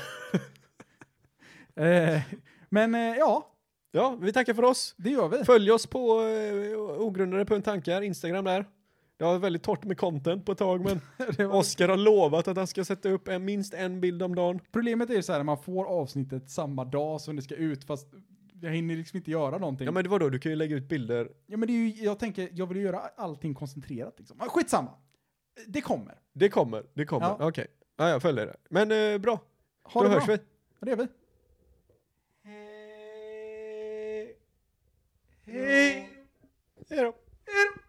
Ja, Ja, vi tackar för oss. det gör vi. Följ oss på ogrundade.tankar, Instagram där. Det har varit väldigt torrt med content på ett tag, men Oskar har lovat att han ska sätta upp minst en bild om dagen. Problemet är ju så här, man får avsnittet samma dag som det ska ut, fast jag hinner liksom inte göra någonting. Ja, men det var då du kan ju lägga ut bilder. Ja, men det är ju, jag tänker, jag vill ju göra allting koncentrerat liksom. Skitsamma. Det kommer. Det kommer. Ja. Okej. Ja, jag följer det. Men bra. Ha Då det hörs bra. vi. Ja, det gör vi. Hej då. Hej då.